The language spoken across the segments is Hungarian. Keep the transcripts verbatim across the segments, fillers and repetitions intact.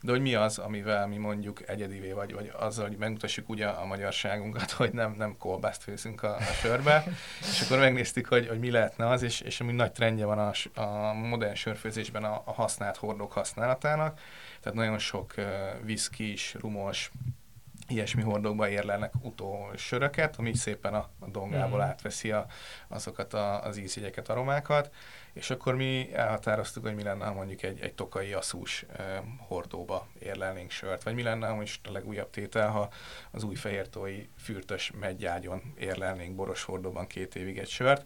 De hogy mi az, amivel mi mondjuk egyedivé vagy, vagy azzal, hogy megmutassuk ugye a magyarságunkat, hogy nem, nem kolbászt főzünk a, a sörbe, és akkor megnéztük, hogy, hogy mi lehetne az, és, és ami nagy trendje van a, a modern sörfőzésben a, a használt hordók használatának, tehát nagyon sok uh, viszkis, rumos, ilyesmi hordókba érlelnek utó söröket, ami szépen a, a dongából mm. átveszi a, azokat a, az ízjegyeket, aromákat, és akkor mi elhatároztuk, hogy mi lenne, ha mondjuk egy, egy tokai aszús eh, hordóba érlelnénk sört, vagy mi lenne, ha most a legújabb tétel, ha az újfehértói fürtös meggyágyon érlelnénk boros hordóban két évig egy sört.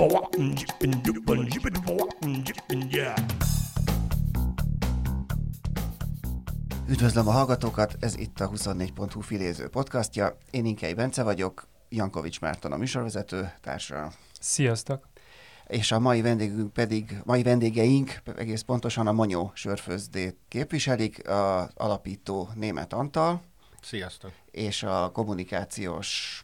Üdvözlöm a hallgatókat, ez itt a huszonnégy pont hu filéző podcastja. Én Inkei Bence vagyok, Jankovics Márton a műsorvezető társa. Sziasztok! És a mai vendégünk pedig, mai vendégeink egész pontosan a Monyó sörfőzdét képviselik, az alapító Németh Antal. Sziasztok! És a kommunikációs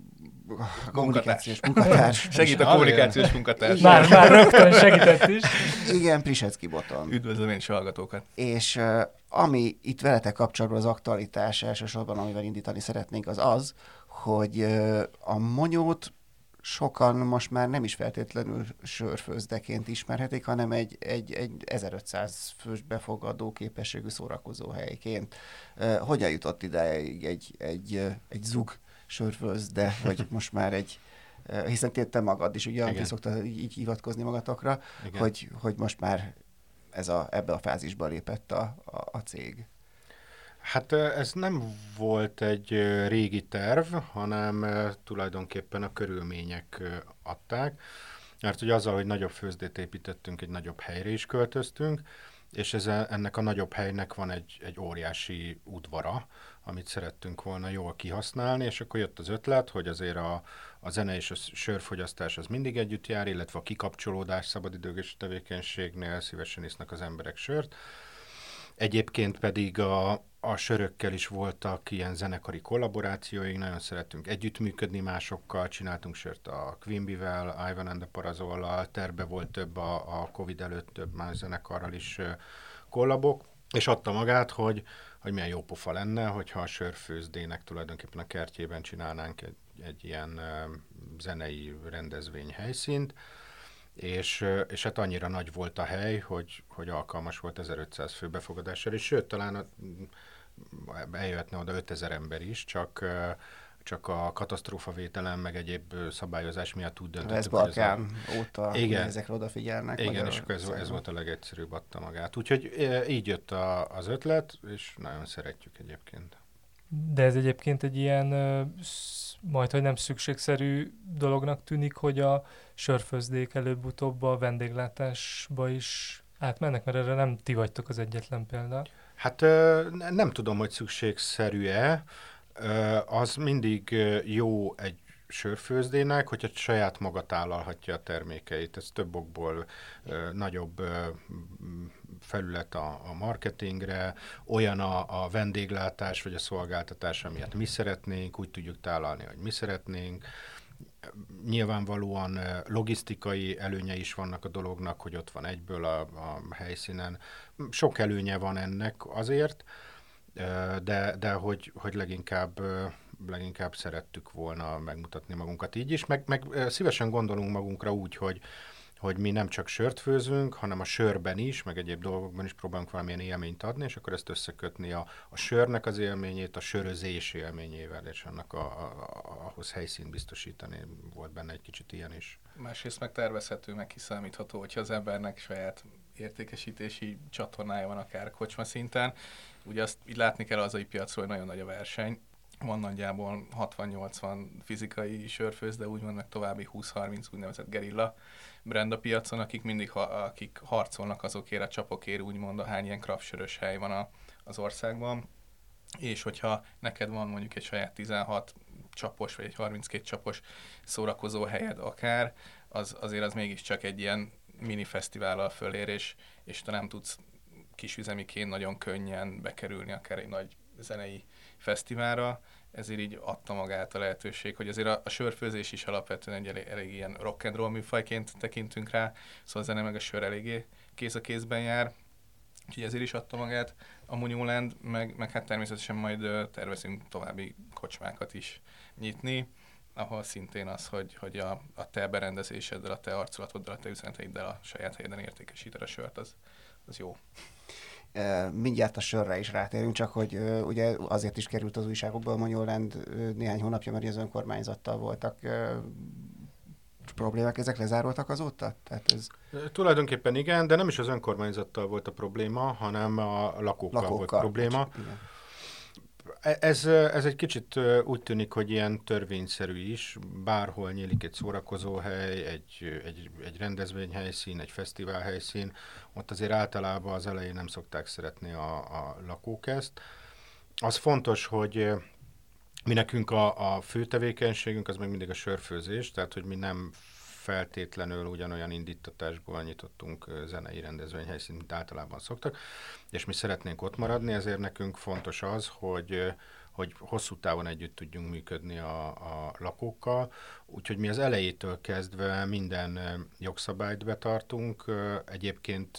A kommunikációs munkatárs. Segít a kommunikációs munkatárs. Már, már rögtön segített is. Igen, Prisecki Boton. Üdvözlöm én is a hallgatókat. És uh, ami itt veletek kapcsolatban az aktualitás elsősorban, amivel indítani szeretnénk, az az, hogy uh, a Monyót sokan most már nem is feltétlenül sörfőzdeként ismerhetik, hanem egy, egy, egy ezerötszáz fős befogadó képességű szórakozó helyként. Uh, hogyan jutott ideig egy, egy, egy zug sörfőzde, vagy most már egy, uh, hiszen te magad is, ugye, aki szoktad így hivatkozni magatokra, hogy, hogy most már ez a, ebbe a fázisba lépett a, a, a cég. Hát ez nem volt egy régi terv, hanem tulajdonképpen a körülmények adták, mert ugye azzal, hogy nagyobb főzdét építettünk, egy nagyobb helyre is költöztünk, és ez, ennek a nagyobb helynek van egy, egy óriási udvara, amit szerettünk volna jól kihasználni, és akkor jött az ötlet, hogy azért a, a zene és a sörfogyasztás az mindig együtt jár, illetve a kikapcsolódás szabadidős tevékenységnél szívesen isznak az emberek sört. Egyébként pedig a, a sörökkel is voltak ilyen zenekari kollaborációink, nagyon szerettünk együttműködni másokkal, csináltunk sört a Quimbyvel, Ivan and the Parazollal, terve volt több a, a Covid előtt több más zenekarral is kollabok, és adta magát, hogy, hogy milyen jó pofa lenne, hogyha a sörfőzdének tulajdonképpen a kertjében csinálnánk egy, egy ilyen uh, zenei rendezvény helyszínt, és, és hát annyira nagy volt a hely, hogy, hogy alkalmas volt ezerötszáz fő befogadással, és sőt, talán eljöhetne oda ötezer ember is, csak, csak a katasztrófavételen, meg egyéb szabályozás miatt úgy döntöttük. Veszbalkán a... óta igen, ezekre odafigyelnek. Igen, és akkor ez, ez volt a legegyszerűbb, adta magát. Úgyhogy így jött a, az ötlet, és nagyon szeretjük egyébként. De ez egyébként egy ilyen majd, hogy nem szükségszerű dolognak tűnik, hogy a sörfőzdék előbb-utóbb a vendéglátásba is átmennek, mert erre nem ti vagytok az egyetlen példa. Hát nem tudom, hogy szükségszerű-e. Az mindig jó egy sörfőzdének, hogyha saját maga tálalhatja a termékeit. Ez több okból nagyobb felület a, a marketingre, olyan a, a vendéglátás vagy a szolgáltatás, amilyet mi szeretnénk, úgy tudjuk tálalni, hogy mi szeretnénk. Nyilvánvalóan logisztikai előnye is vannak a dolognak, hogy ott van egyből a, a helyszínen. Sok előnye van ennek azért, de, de hogy, hogy leginkább, leginkább szerettük volna megmutatni magunkat így is, meg, meg szívesen gondolunk magunkra úgy, hogy hogy mi nem csak sört főzünk, hanem a sörben is, meg egyéb dolgokban is próbálunk valamilyen élményt adni, és akkor ezt összekötni a, a sörnek az élményét, a sörözés élményével, és annak a, a, a, ahhoz helyszínt biztosítani. Volt benne egy kicsit ilyen is. Másrészt meg tervezhető, meg kiszámítható, hogyha az embernek saját értékesítési csatornája van akár kocsma szinten. Ugye azt így látni kell az hazai piacról, hogy nagyon nagy a verseny. Van nagyjából hatvan-nyolcvan fizikai sörfőzde, úgymond meg további húsz-harminc úgynevezett gerilla brand a piacon, akik mindig ha, akik harcolnak azokért a csapokért, úgymond, ahány ilyen kraftsörös hely van a, az országban. És hogyha neked van mondjuk egy saját tizenhat csapos, vagy egy harminckét csapos szórakozó helyed akár, az, azért az mégiscsak egy ilyen mini fesztivállal fölér, és, és te nem tudsz kisüzemiként nagyon könnyen bekerülni akár egy nagy zenei fesztiválra, ezért így adta magát a lehetőség, hogy azért a, a sörfőzés is alapvetően egy elég, elég ilyen rock and roll műfajként tekintünk rá, szóval a zene meg a sör eléggé kéz a kézben jár, Úgyhogy ezért is adta magát a Munyóland, meg, meg hát természetesen majd ö, tervezünk további kocsmákat is nyitni, ahol szintén az, hogy, hogy a, a te berendezéseddel, a te arculatoddal, a te üzeneteiddel a saját helyeden értékesíted a sört, az, az jó. Mindjárt a sörre is rátérünk, csak hogy ugye azért is került az újságokba a Monyóland néhány hónapja, mert az önkormányzattal voltak problémák. Ezek lezárultak azóta? Tehát ez... Tulajdonképpen igen, de nem is az önkormányzattal volt a probléma, hanem a lakókkal, lakókkal volt probléma. Igen. Ez, ez egy kicsit úgy tűnik, hogy ilyen törvényszerű is. Bárhol nyílik egy szórakozóhely, egy, egy, egy rendezvényhelyszín, egy fesztiválhelyszín, ott azért általában az elején nem szokták szeretni a, a lakók ezt. Az fontos, hogy mi nekünk a, a fő tevékenységünk az meg mindig a sörfőzés, tehát hogy mi nem feltétlenül ugyanolyan indítatásból nyitottunk zenei rendezvényhelyszínt, mint általában szoktak, és mi szeretnénk ott maradni, ezért nekünk fontos az, hogy, hogy hosszú távon együtt tudjunk működni a, a lakókkal, úgyhogy mi az elejétől kezdve minden jogszabályt betartunk, egyébként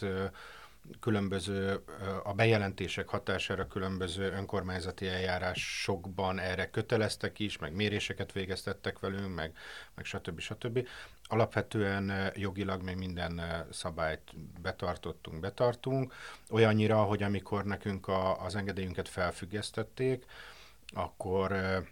különböző, a bejelentések hatására különböző önkormányzati eljárásokban erre köteleztek is, meg méréseket végeztettek velünk, meg, meg stb. stb. Alapvetően jogilag még minden szabályt betartottunk, betartunk, olyannyira, hogy amikor nekünk a, az engedélyünket felfüggesztették, akkor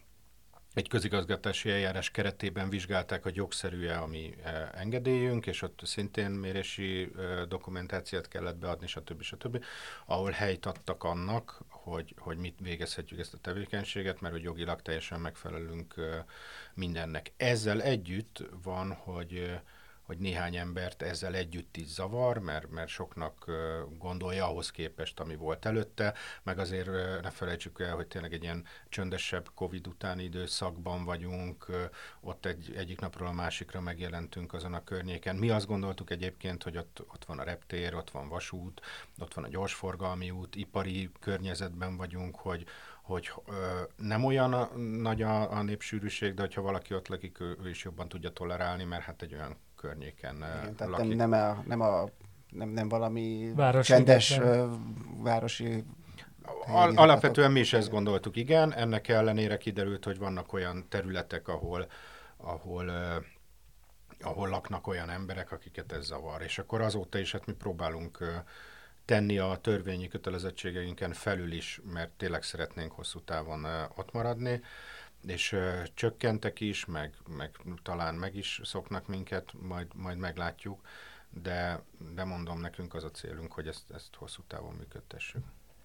egy közigazgatási eljárás keretében vizsgálták, hogy jogszerű-e a mi engedélyünk, és ott szintén mérési dokumentációt kellett beadni, stb. stb., ahol helyt adtak annak, hogy, hogy mit végezhetjük ezt a tevékenységet, mert hogy jogilag teljesen megfelelünk mindennek. Ezzel együtt van, hogy hogy néhány embert ezzel együtt is zavar, mert, mert soknak gondolja ahhoz képest, ami volt előtte, meg azért ne felejtsük el, hogy tényleg egy ilyen csöndesebb Covid utáni időszakban vagyunk, ott egy, egyik napról a másikra megjelentünk azon a környéken. Mi azt gondoltuk egyébként, hogy ott, ott van a reptér, ott van vasút, ott van a gyorsforgalmi út, ipari környezetben vagyunk, hogy hogy ö, nem olyan a, nagy a, a népsűrűség, de hogyha valaki ott lakik, ő, ő is jobban tudja tolerálni, mert hát egy olyan környéken Igen, tehát lakik. nem, nem, a, nem, a, nem, nem valami városi csendes uh, városi... Al- alapvetően mi is ezt gondoltuk, igen. Ennek ellenére kiderült, hogy vannak olyan területek, ahol, ahol, uh, ahol laknak olyan emberek, akiket ez zavar. És akkor azóta is hát mi próbálunk uh, tenni a törvényi kötelezettségeinken felül is, mert tényleg szeretnénk hosszú távon uh, ott maradni, és uh, csökkentek is, meg, meg talán meg is szoknak minket, majd, majd meglátjuk, de, de mondom, nekünk az a célunk, hogy ezt, ezt hosszú távon működtessük.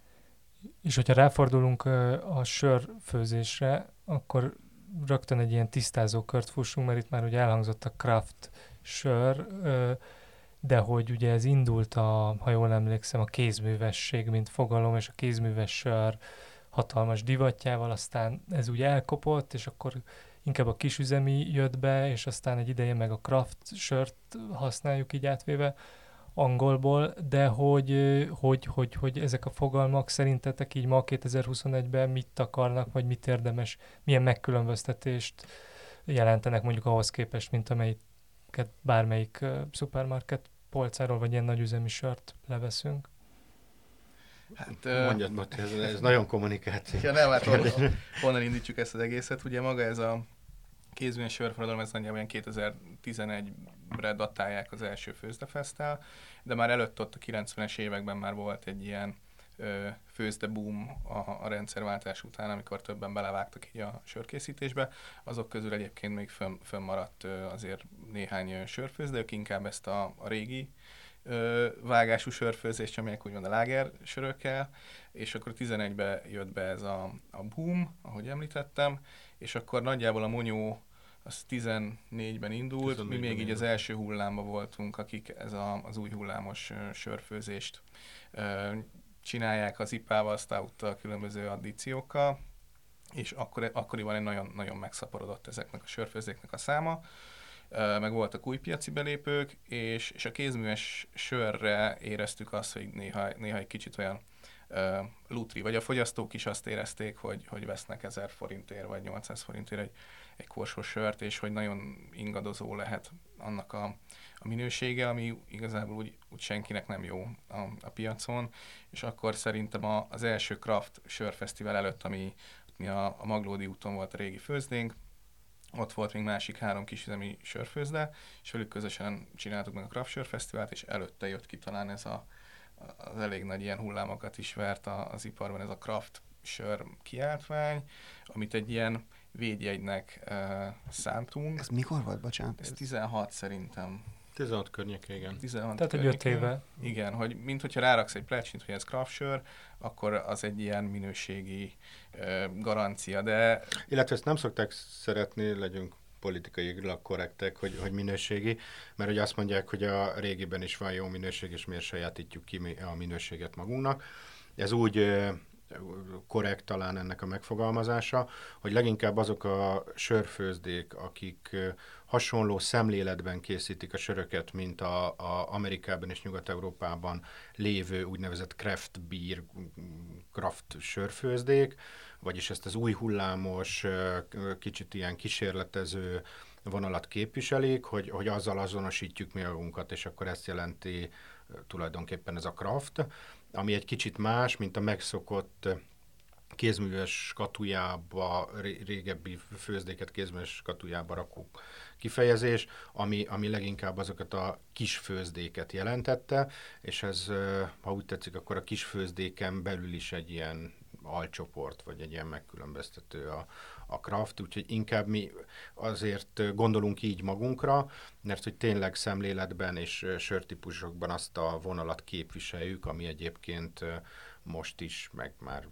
És hogyha ráfordulunk uh, a sörfőzésre, akkor rögtön egy ilyen tisztázókört fussunk, mert itt már ugye elhangzott a craft sör, uh, de hogy ugye ez indult, a, ha jól emlékszem, a kézművesség, mint fogalom, és a kézműves sör hatalmas divatjával, aztán ez úgy elkopott, és akkor inkább a kisüzemi jött be, és aztán egy ideje meg a craft sört használjuk így átvéve angolból, de hogy, hogy, hogy, hogy ezek a fogalmak szerintetek így ma kétezer-huszonegyben mit akarnak, vagy mit érdemes, milyen megkülönböztetést jelentenek mondjuk ahhoz képest, mint amelyiket bármelyik uh, szupermarket polcáról, vagy ilyen nagyüzemi sört leveszünk? Hát, Mondjad, Mati, ez, ez nagyon kommunikáció. Ja, nem, hát honnan, honnan indítsuk ezt az egészet? Ugye maga ez a kézműves sörforradalom, ez nagyjából kétezer-tizenegyre datálják az első főzdefesztel, de már előtt ott a kilencvenes években már volt egy ilyen ö, főzde boom a, a rendszerváltás után, amikor többen belevágtak így a sörkészítésbe. Azok közül egyébként még fönn, fönnmaradt ö, azért néhány sörfőzde, ők inkább ezt a, a régi ö, vágású sörfőzést, amelyek úgymond a láger sörökkel, és akkor tizenegyben jött be ez a, a boom, ahogy említettem, és akkor nagyjából a Monyó az tizennégyben indult, mi még így az első hullámban voltunk, akik ez a, az új hullámos uh, sörfőzést uh, csinálják az ipával, stouttal, különböző addíciókkal, és akkor, akkoriban egy nagyon, nagyon megszaporodott ezeknek a sörfőzéknek a száma, uh, meg voltak új piaci belépők, és, és a kézműves sörre éreztük azt, hogy néha, néha egy kicsit olyan uh, lutri, vagy a fogyasztók is azt érezték, hogy, hogy vesznek ezer forintért, vagy nyolcszáz forintért egy, egy korsós sört, és hogy nagyon ingadozó lehet annak a, a minősége, ami igazából úgy, úgy senkinek nem jó a, a piacon, és akkor szerintem a, az első Craft sörfesztivál előtt, ami, ami a, a Maglódi úton volt a régi főzdénk, ott volt még másik három kisüzemi sörfőzde, és velük közösen csináltuk meg a Craft Sörfesztivált, és előtte jött ki talán ez a, az elég nagy ilyen hullámokat is vert az iparban, ez a Craft sör kiáltvány, amit egy ilyen védjegynek uh, szántunk. Ez mikor volt, bocsánat? Ez tizenhat szerintem. tizenhat környéke, igen. tizenhat Tehát egy öt éve. Igen, hogy mint hogyha ráraksz egy plecsnit, hogy ez craft sör, akkor az egy ilyen minőségi uh, garancia, de... Illetve ezt nem szokták szeretni, legyünk politikailag korrektek, hogy, hogy minőségi, mert hogy azt mondják, hogy a régiben is van jó minőség, és miért sajátítjuk ki a minőséget magunknak. Ez úgy uh, korrekt talán ennek a megfogalmazása, hogy leginkább azok a sörfőzdék, akik hasonló szemléletben készítik a söröket, mint a, a Amerikában és Nyugat-Európában lévő úgynevezett craft beer, craft sörfőzdék, vagyis ezt az új hullámos, kicsit ilyen kísérletező vonalat képviselik, hogy, hogy azzal azonosítjuk mi magunkat, és akkor ezt jelenti tulajdonképpen ez a craft, ami egy kicsit más, mint a megszokott kézműves skatujába, régebbi főzdéket kézműves skatujába rakó kifejezés, ami, ami leginkább azokat a kis főzdéket jelentette, és ez, ha úgy tetszik, akkor a kis főzdéken belül is egy ilyen alcsoport, vagy egy ilyen megkülönböztető a, a craft, úgyhogy inkább mi azért gondolunk így magunkra, mert hogy tényleg szemléletben és sörtípusokban azt a vonalat képviseljük, ami egyébként most is, meg már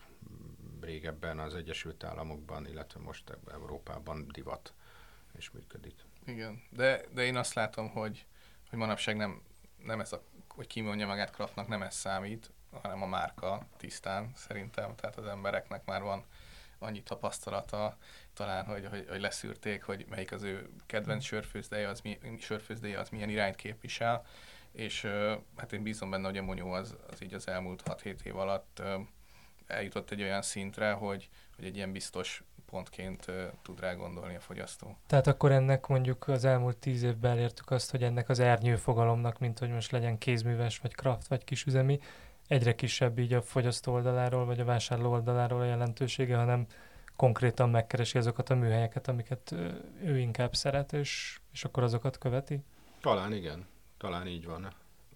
régebben az Egyesült Államokban, illetve most Európában divat és működik. Igen, de, de én azt látom, hogy, hogy manapság nem, nem ez a, hogy ki mondja magát craftnak, nem ez számít, hanem a márka tisztán szerintem, tehát az embereknek már van annyi tapasztalata talán, hogy, hogy, hogy leszűrték, hogy melyik az ő kedvenc sörfőzdéje, az, mi, sörfőzdéje, az milyen irányt képvisel, és hát én bízom benne, hogy a Monyó az, az így az elmúlt hat-hét év alatt eljutott egy olyan szintre, hogy, hogy egy ilyen biztos pontként uh, tud rá gondolni a fogyasztó. Tehát akkor ennek mondjuk az elmúlt tíz évben elértük azt, hogy ennek az ernyő fogalomnak, mint hogy most legyen kézműves, vagy craft, vagy kisüzemi, egyre kisebb így a fogyasztó oldaláról, vagy a vásárló oldaláról a jelentősége, hanem konkrétan megkeresi azokat a műhelyeket, amiket ő inkább szeret, és, és akkor azokat követi? Talán igen, talán így van.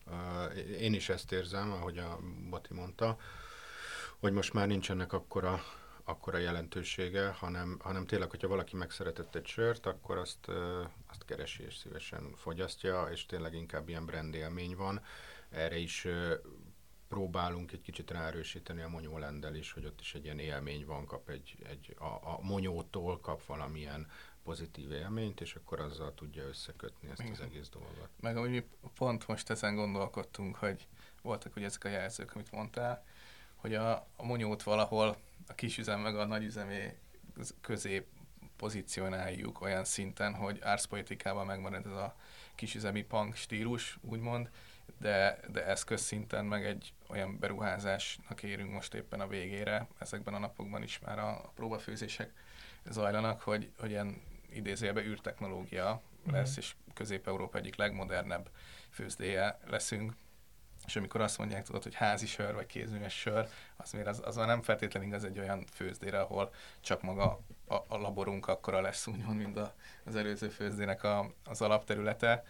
Én is ezt érzem, ahogy a Boti mondta, hogy most már nincsenek akkora, akkora jelentősége, hanem, hanem tényleg, hogyha valaki megszeretett egy sört, akkor azt, azt keresi és szívesen fogyasztja, és tényleg inkább ilyen brand élmény van. Erre is próbálunk egy kicsit ráerősíteni a Monyólenddel is, hogy ott is egy ilyen élmény van, kap egy, egy a, a Monyótól kap valamilyen pozitív élményt, és akkor azzal tudja összekötni ezt az egész dolgot. Meg amúgy mi pont most ezen gondolkodtunk, hogy voltak ugye ezek a jelzők, amit mondtál, hogy a, a Monyót valahol a kisüzem meg a nagyüzemé közé pozícionáljuk olyan szinten, hogy árszpolitikában megmarad ez a kisüzemi punk stílus, úgymond, de, de eszközszinten meg egy olyan beruházásnak érünk most éppen a végére. Ezekben a napokban is már a, a próbafőzések zajlanak, hogy, hogy ilyen idézőjelben űrtechnológia lesz, mm. és Közép-Európa egyik legmodernebb főzdéje leszünk. És amikor azt mondják, tudod, hogy házi sör, vagy kézműves sör, az, az, az már nem feltétlenül igaz egy olyan főzdére, ahol csak maga a, a laborunk akkora lesz, úgymond, mint a, az előző főzdének a, az alapterülete.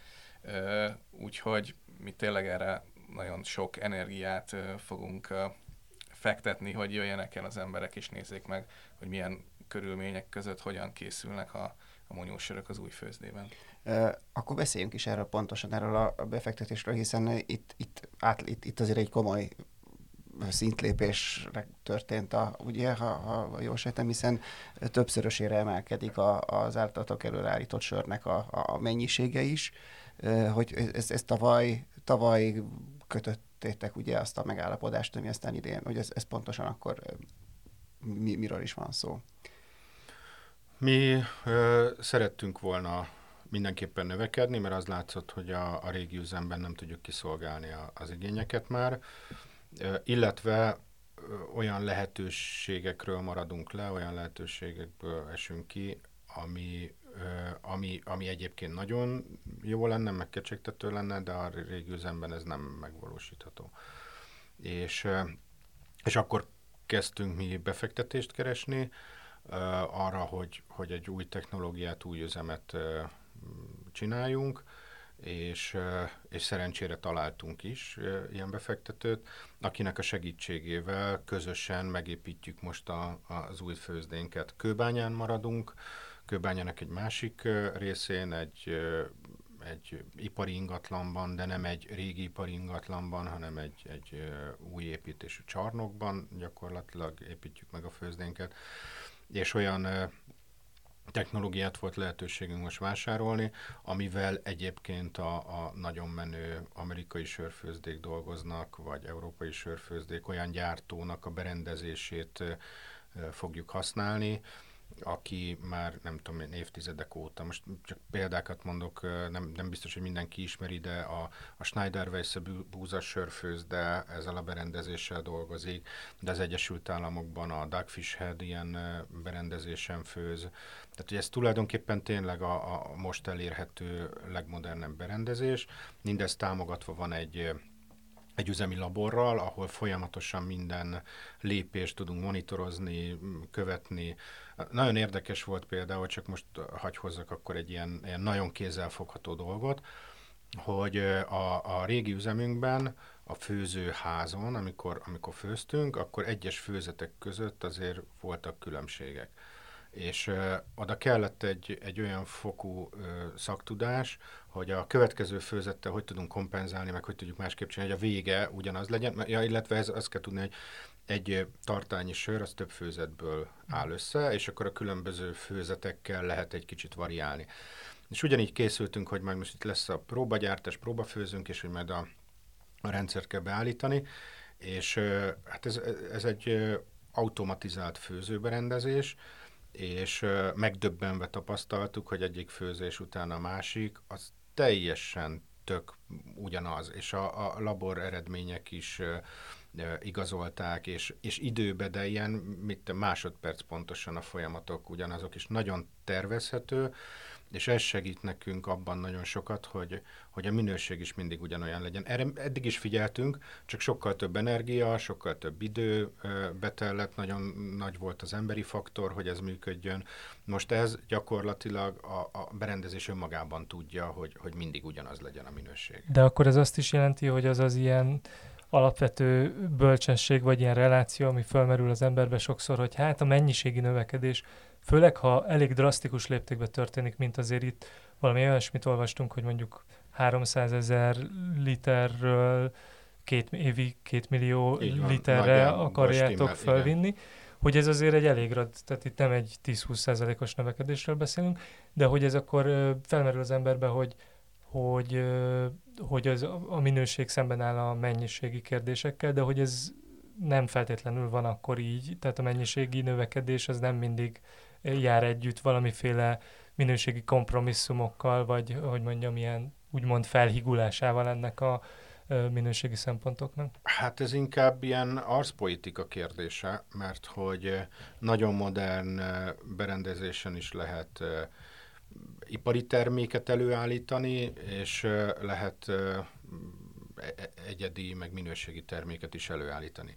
Úgyhogy mi tényleg erre nagyon sok energiát fogunk fektetni, hogy jöjjenek el az emberek, és nézzék meg, hogy milyen körülmények között hogyan készülnek a, a monyósörök az új főzdében. Uh, akkor beszéljünk is erről pontosan, erről a befektetésről, hiszen itt, itt, át, itt, itt azért egy komoly szintlépésre történt, a, ugye, ha, ha jól sejtem, hiszen többszörösére emelkedik a, az általatok előre állított sörnek a, a mennyisége is, uh, hogy ez, ez tavaly, tavaly kötöttétek ugye azt a megállapodást, ami aztán idén, hogy ez, ez pontosan akkor mi, miről is van szó? Mi ö, szerettünk volna mindenképpen növekedni, mert az látszott, hogy a, a régi üzemben nem tudjuk kiszolgálni a, az igényeket már, ö, illetve olyan lehetőségekről maradunk le, olyan lehetőségekből esünk ki, ami, ami, ami egyébként nagyon jó lenne, meg kecsegtető lenne, de a régi üzemben ez nem megvalósítható. És, és akkor kezdtünk mi befektetést keresni arra, hogy, hogy egy új technológiát, új üzemet csináljunk, és, és szerencsére találtunk is ilyen befektetőt, akinek a segítségével közösen megépítjük most a, az új főzdénket. Kőbányán maradunk, Kőbányának egy másik részén, egy, egy ipari ingatlanban, de nem egy régi ipari ingatlanban, hanem egy, egy új építésű csarnokban gyakorlatilag építjük meg a főzdénket, és olyan technológiát volt lehetőségünk most vásárolni, amivel egyébként a, a nagyon menő amerikai sörfőzdék dolgoznak, vagy európai sörfőzdék, olyan gyártónak a berendezését fogjuk használni, aki már nem tudom én évtizedek óta, most csak példákat mondok, nem, nem biztos, hogy mindenki ismeri, de a, a Schneider-Weisse búza sörfőzde ezzel a berendezéssel dolgozik, de az Egyesült Államokban a Dogfish Head ilyen berendezésen főz. Tehát, hogy ez tulajdonképpen tényleg a, a most elérhető legmodernebb berendezés. Mindez támogatva van egy egy üzemi laborral, ahol folyamatosan minden lépést tudunk monitorozni, követni. Nagyon érdekes volt például, csak most hagy hozzak akkor egy ilyen, ilyen nagyon kézzelfogható dolgot, hogy a, a régi üzemünkben, a főzőházon, amikor, amikor főztünk, akkor egyes főzetek között azért voltak különbségek. És uh, oda kellett egy, egy olyan fokú uh, szaktudás, hogy a következő főzettel hogy tudunk kompenzálni, meg hogy tudjuk másképp csinálni, hogy a vége ugyanaz legyen, ja, illetve ez, azt kell tudni, hogy egy tartálynyi sör, az több főzetből áll össze, és akkor a különböző főzetekkel lehet egy kicsit variálni. És ugyanígy készültünk, hogy majd most itt lesz a próbagyártás, próbafőzünk, és hogy majd a, a rendszert kell beállítani, és uh, hát ez, ez egy uh, automatizált főzőberendezés, és uh, megdöbbenve tapasztaltuk, hogy egyik főzés után a másik, az teljesen tök ugyanaz, és a, a labor eredmények is uh, uh, igazolták, és, és időbe, de ilyen mit, másodperc pontosan a folyamatok ugyanazok, és nagyon tervezhető, és ez segít nekünk abban nagyon sokat, hogy, hogy a minőség is mindig ugyanolyan legyen. Erre eddig is figyeltünk, csak sokkal több energia, sokkal több idő betellett, nagyon nagy volt az emberi faktor, hogy ez működjön. Most ez gyakorlatilag a, a berendezés önmagában tudja, hogy, hogy mindig ugyanaz legyen a minőség. De akkor ez azt is jelenti, hogy az az ilyen alapvető bölcsesség, vagy ilyen reláció, ami fölmerül az emberbe sokszor, hogy hát a mennyiségi növekedés, főleg ha elég drasztikus léptékben történik, mint azért itt valami olyasmit olvastunk, hogy mondjuk háromszázezer literről két évi két millió literre akarjátok felvinni, hogy ez azért egy elég rad, tehát itt nem egy tíz-húsz százalékos növekedésről beszélünk, de hogy ez akkor felmerül az emberbe, hogy hogy, hogy az, a minőség szemben áll a mennyiségi kérdésekkel, de hogy ez nem feltétlenül van akkor így, tehát a mennyiségi növekedés az nem mindig jár együtt valamiféle minőségi kompromisszumokkal, vagy hogy mondjam, ilyen úgymond felhigulásával ennek a minőségi szempontoknak? Hát ez inkább ilyen arszpolitika kérdése, mert hogy nagyon modern berendezésen is lehet ipari terméket előállítani, és lehet egyedi, meg minőségi terméket is előállítani.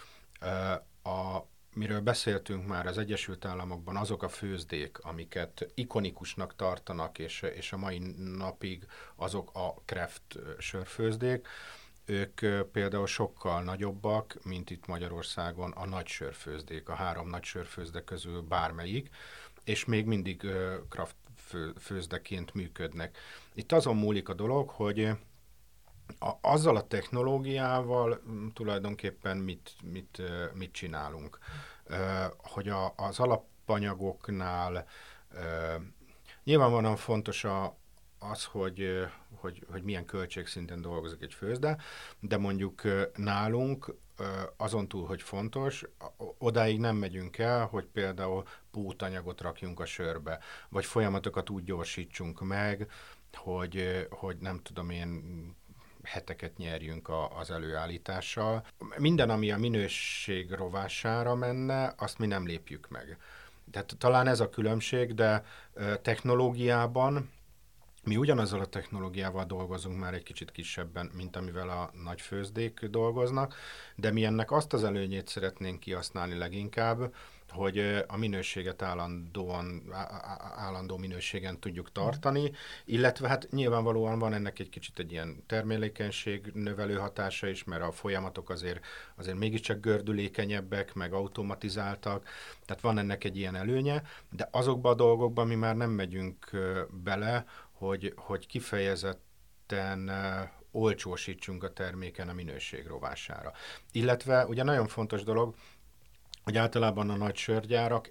A, miről beszéltünk már, az Egyesült Államokban azok a főzdék, amiket ikonikusnak tartanak, és, és a mai napig azok a craft sörfőzdék, ők például sokkal nagyobbak, mint itt Magyarországon a nagy sörfőzdék, a három nagy sörfőzde közül bármelyik, és még mindig craft főzdeként működnek. Itt azon múlik a dolog, hogy a, azzal a technológiával tulajdonképpen mit, mit, mit csinálunk. Hogy a, az alapanyagoknál nyilvánvalóan fontos a, az, hogy, hogy, hogy milyen költségszinten dolgozik egy főzde, de mondjuk nálunk azon túl, hogy fontos, odáig nem megyünk el, hogy például pótanyagot rakjunk a sörbe, vagy folyamatokat úgy gyorsítsunk meg, hogy, hogy nem tudom én, heteket nyerjünk a, az előállítással. Minden, ami a minőség rovására menne, azt mi nem lépjük meg. Tehát talán ez a különbség, de technológiában mi ugyanazzal a technológiával dolgozunk már egy kicsit kisebben, mint amivel a nagy főzdék dolgoznak, de mi ennek azt az előnyét szeretnénk kihasználni leginkább, hogy a minőséget állandóan, állandó minőségen tudjuk tartani, illetve hát nyilvánvalóan van ennek egy kicsit egy ilyen termelékenység növelő hatása is, mert a folyamatok azért, azért mégiscsak gördülékenyebbek, meg automatizáltak, tehát van ennek egy ilyen előnye, de azokban a dolgokban mi már nem megyünk bele, hogy, hogy kifejezetten olcsósítsunk a terméken a minőség rovására. Illetve ugye nagyon fontos dolog, hogy általában a nagy sörgyárak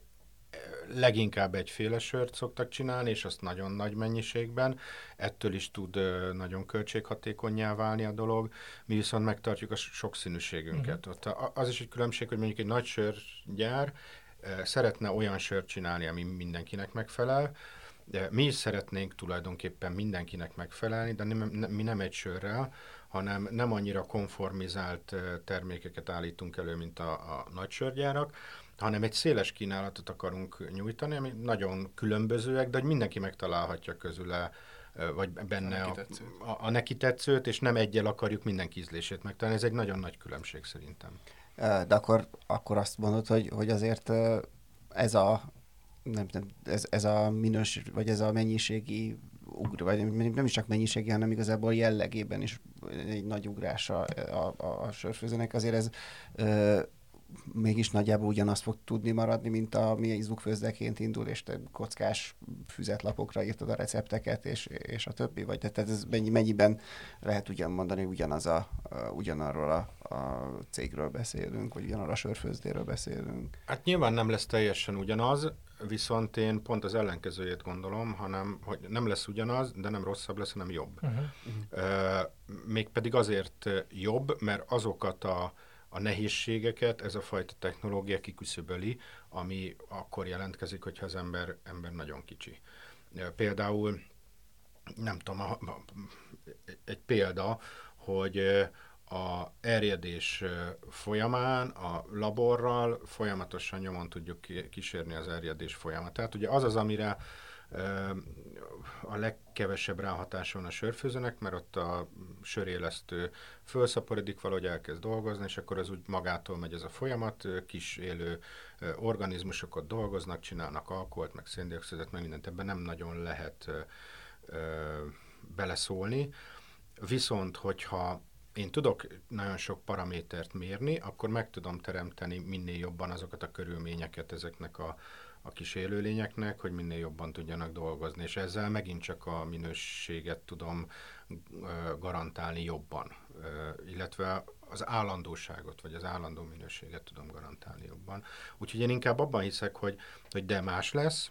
leginkább egyféle sört szoktak csinálni, és azt nagyon nagy mennyiségben. Ettől is tud nagyon költséghatékonnyá válni a dolog. Mi viszont megtartjuk a sokszínűségünket. Uh-huh. Ott az is egy különbség, hogy mondjuk egy nagy sörgyár szeretne olyan sört csinálni, ami mindenkinek megfelel. De mi is szeretnénk tulajdonképpen mindenkinek megfelelni, de nem, ne, mi nem egy sörrel, hanem nem annyira konformizált termékeket állítunk elő, mint a, a nagy sörgyárak, hanem egy széles kínálatot akarunk nyújtani, ami nagyon különbözőek, de hogy mindenki megtalálhatja közüle, vagy benne a, a, a neki tetszőt, és nem egyel akarjuk mindenki ízlését megtalálni. Ez egy nagyon nagy különbség szerintem. De akkor, akkor azt mondod, hogy, hogy azért ez a Nem, nem, ez, ez a minős, vagy ez a mennyiségi ugr, vagy nem is csak mennyiségi, hanem igazából jellegében is egy nagy ugrás a, a, a sörfőzőnek. Azért ez ö, mégis nagyjából ugyanazt fog tudni maradni, mint ami egy zugfőzdeként indul, és te kockás füzetlapokra írtad a recepteket, és, és a többi, vagy tehát ez mennyi, mennyiben lehet ugyan mondani, hogy ugyanaz a, a, ugyanarról a, a cégről beszélünk, vagy ugyanarról a sörfőzdéről beszélünk. Hát nyilván nem lesz teljesen ugyanaz, viszont én pont az ellenkezőjét gondolom, hanem, hogy nem lesz ugyanaz, de nem rosszabb lesz, hanem jobb. Uh-huh. Uh, mégpedig azért jobb, mert azokat a A nehézségeket ez a fajta technológia kiküszöböli, ami akkor jelentkezik, hogyha az ember, ember nagyon kicsi. Például, nem tudom, a, a, egy példa, hogy a erjedés folyamán a laborral folyamatosan nyomon tudjuk kísérni az erjedés folyamatát. Ugye az az, amire a legkevesebb ráhatása van a sörfőzőnek, mert ott a sörélesztő fölszaporodik, valahogy elkezd dolgozni, és akkor az úgy magától megy ez a folyamat, kis élő organizmusok ott dolgoznak, csinálnak alkoholt, meg széndioxidot, meg mindent, ebben nem nagyon lehet ö, ö, beleszólni. Viszont, hogyha én tudok nagyon sok paramétert mérni, akkor meg tudom teremteni minél jobban azokat a körülményeket ezeknek a a kis élőlényeknek, hogy minél jobban tudjanak dolgozni, és ezzel megint csak a minőséget tudom garantálni jobban, illetve az állandóságot, vagy az állandó minőséget tudom garantálni jobban. Úgyhogy én inkább abban hiszek, hogy, hogy de más lesz,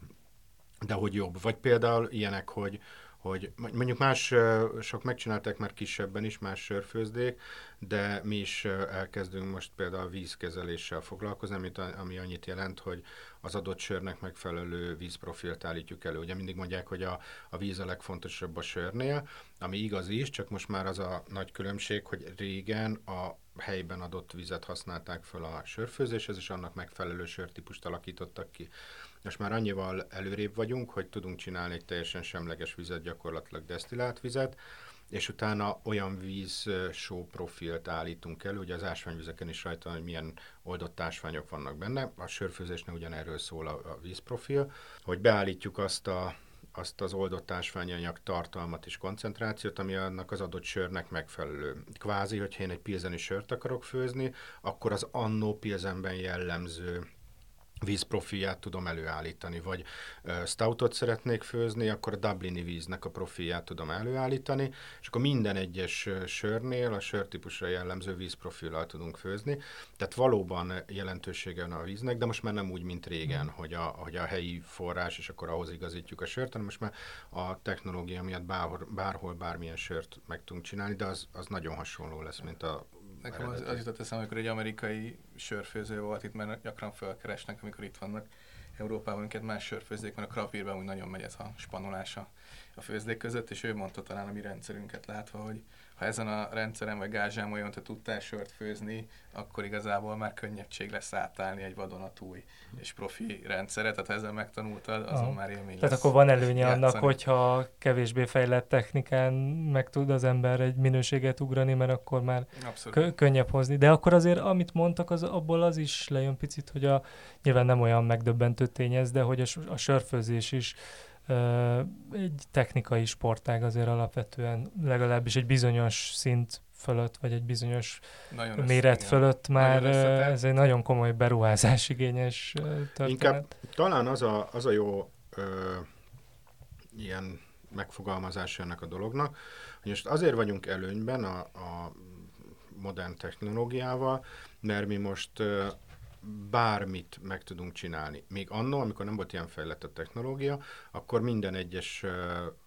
de hogy jobb. Vagy például ilyenek, hogy hogy mondjuk más, sok megcsinálták már kisebben is, más sörfőzdék, de mi is elkezdünk most például vízkezeléssel foglalkozni, amit, ami annyit jelent, hogy az adott sörnek megfelelő vízprofilt állítjuk elő. Ugye mindig mondják, hogy a, a víz a legfontosabb a sörnél, ami igaz is, csak most már az a nagy különbség, hogy régen a helyben adott vizet használták föl a sörfőzéshez, és annak megfelelő sörtípust alakítottak ki. Most már annyival előrébb vagyunk, hogy tudunk csinálni egy teljesen semleges vizet, gyakorlatilag desztillált vizet, és utána olyan víz-só profilt állítunk elő, ugye az ásványvizeken is rajta, hogy milyen oldott ásványok vannak benne. A sörfőzésnél ugyanerről szól a, a vízprofil, hogy beállítjuk azt a azt az oldott ásványanyag tartalmat és koncentrációt, ami annak az adott sörnek megfelelő. Kvázi, hogyha én egy pilzeni sört akarok főzni, akkor az annó pilzenben jellemző vízprofilját tudom előállítani, vagy uh, stoutot szeretnék főzni, akkor a dublini víznek a profilját tudom előállítani, és akkor minden egyes sörnél a sörtípusra jellemző vízprofillal tudunk főzni. Tehát valóban jelentősége van a víznek, de most már nem úgy, mint régen, mm. hogy, a, hogy a helyi forrás, és akkor ahhoz igazítjuk a sört, hanem most már a technológia miatt bárhol, bárhol bármilyen sört meg tudunk csinálni, de az, az nagyon hasonló lesz, mint a Nekem az, az jutott eszem, amikor egy amerikai sörfőző volt itt, mert gyakran felkeresnek, amikor itt vannak, Európában minket más sörfőzdék, mert a craft beerben úgy nagyon megy ez a spanolás a, a főzdék között, és ő mondta talán a mi rendszerünket látva, hogy ha ezen a rendszeren vagy gázsámolyon te tudtál sört főzni, akkor igazából már könnyebbség lesz átállni egy vadonatúj és profi rendszere, tehát ha ezzel megtanultad, azon Aha. már élmény Tehát lesz akkor van előnye játszani. annak, hogyha kevésbé fejlett technikán meg tud az ember egy minőséget ugrani, mert akkor már kö- könnyebb hozni. De akkor azért, amit mondtak, az, abból az is lejön picit, hogy a, nyilván nem olyan megdöbbentő tény ez, de hogy a, a sörfőzés is uh, egy technikai sportág azért alapvetően, legalábbis egy bizonyos szint fölött, vagy egy bizonyos nagyon méret össze, fölött már nagyon ez egy nagyon komoly beruházás igényes történet. Inkább talán az a, az a jó ö, ilyen megfogalmazása ennek a dolognak, hogy most azért vagyunk előnyben a, a modern technológiával, mert mi most ö, bármit meg tudunk csinálni. Még annól, amikor nem volt ilyen fejlett a technológia, akkor minden egyes uh,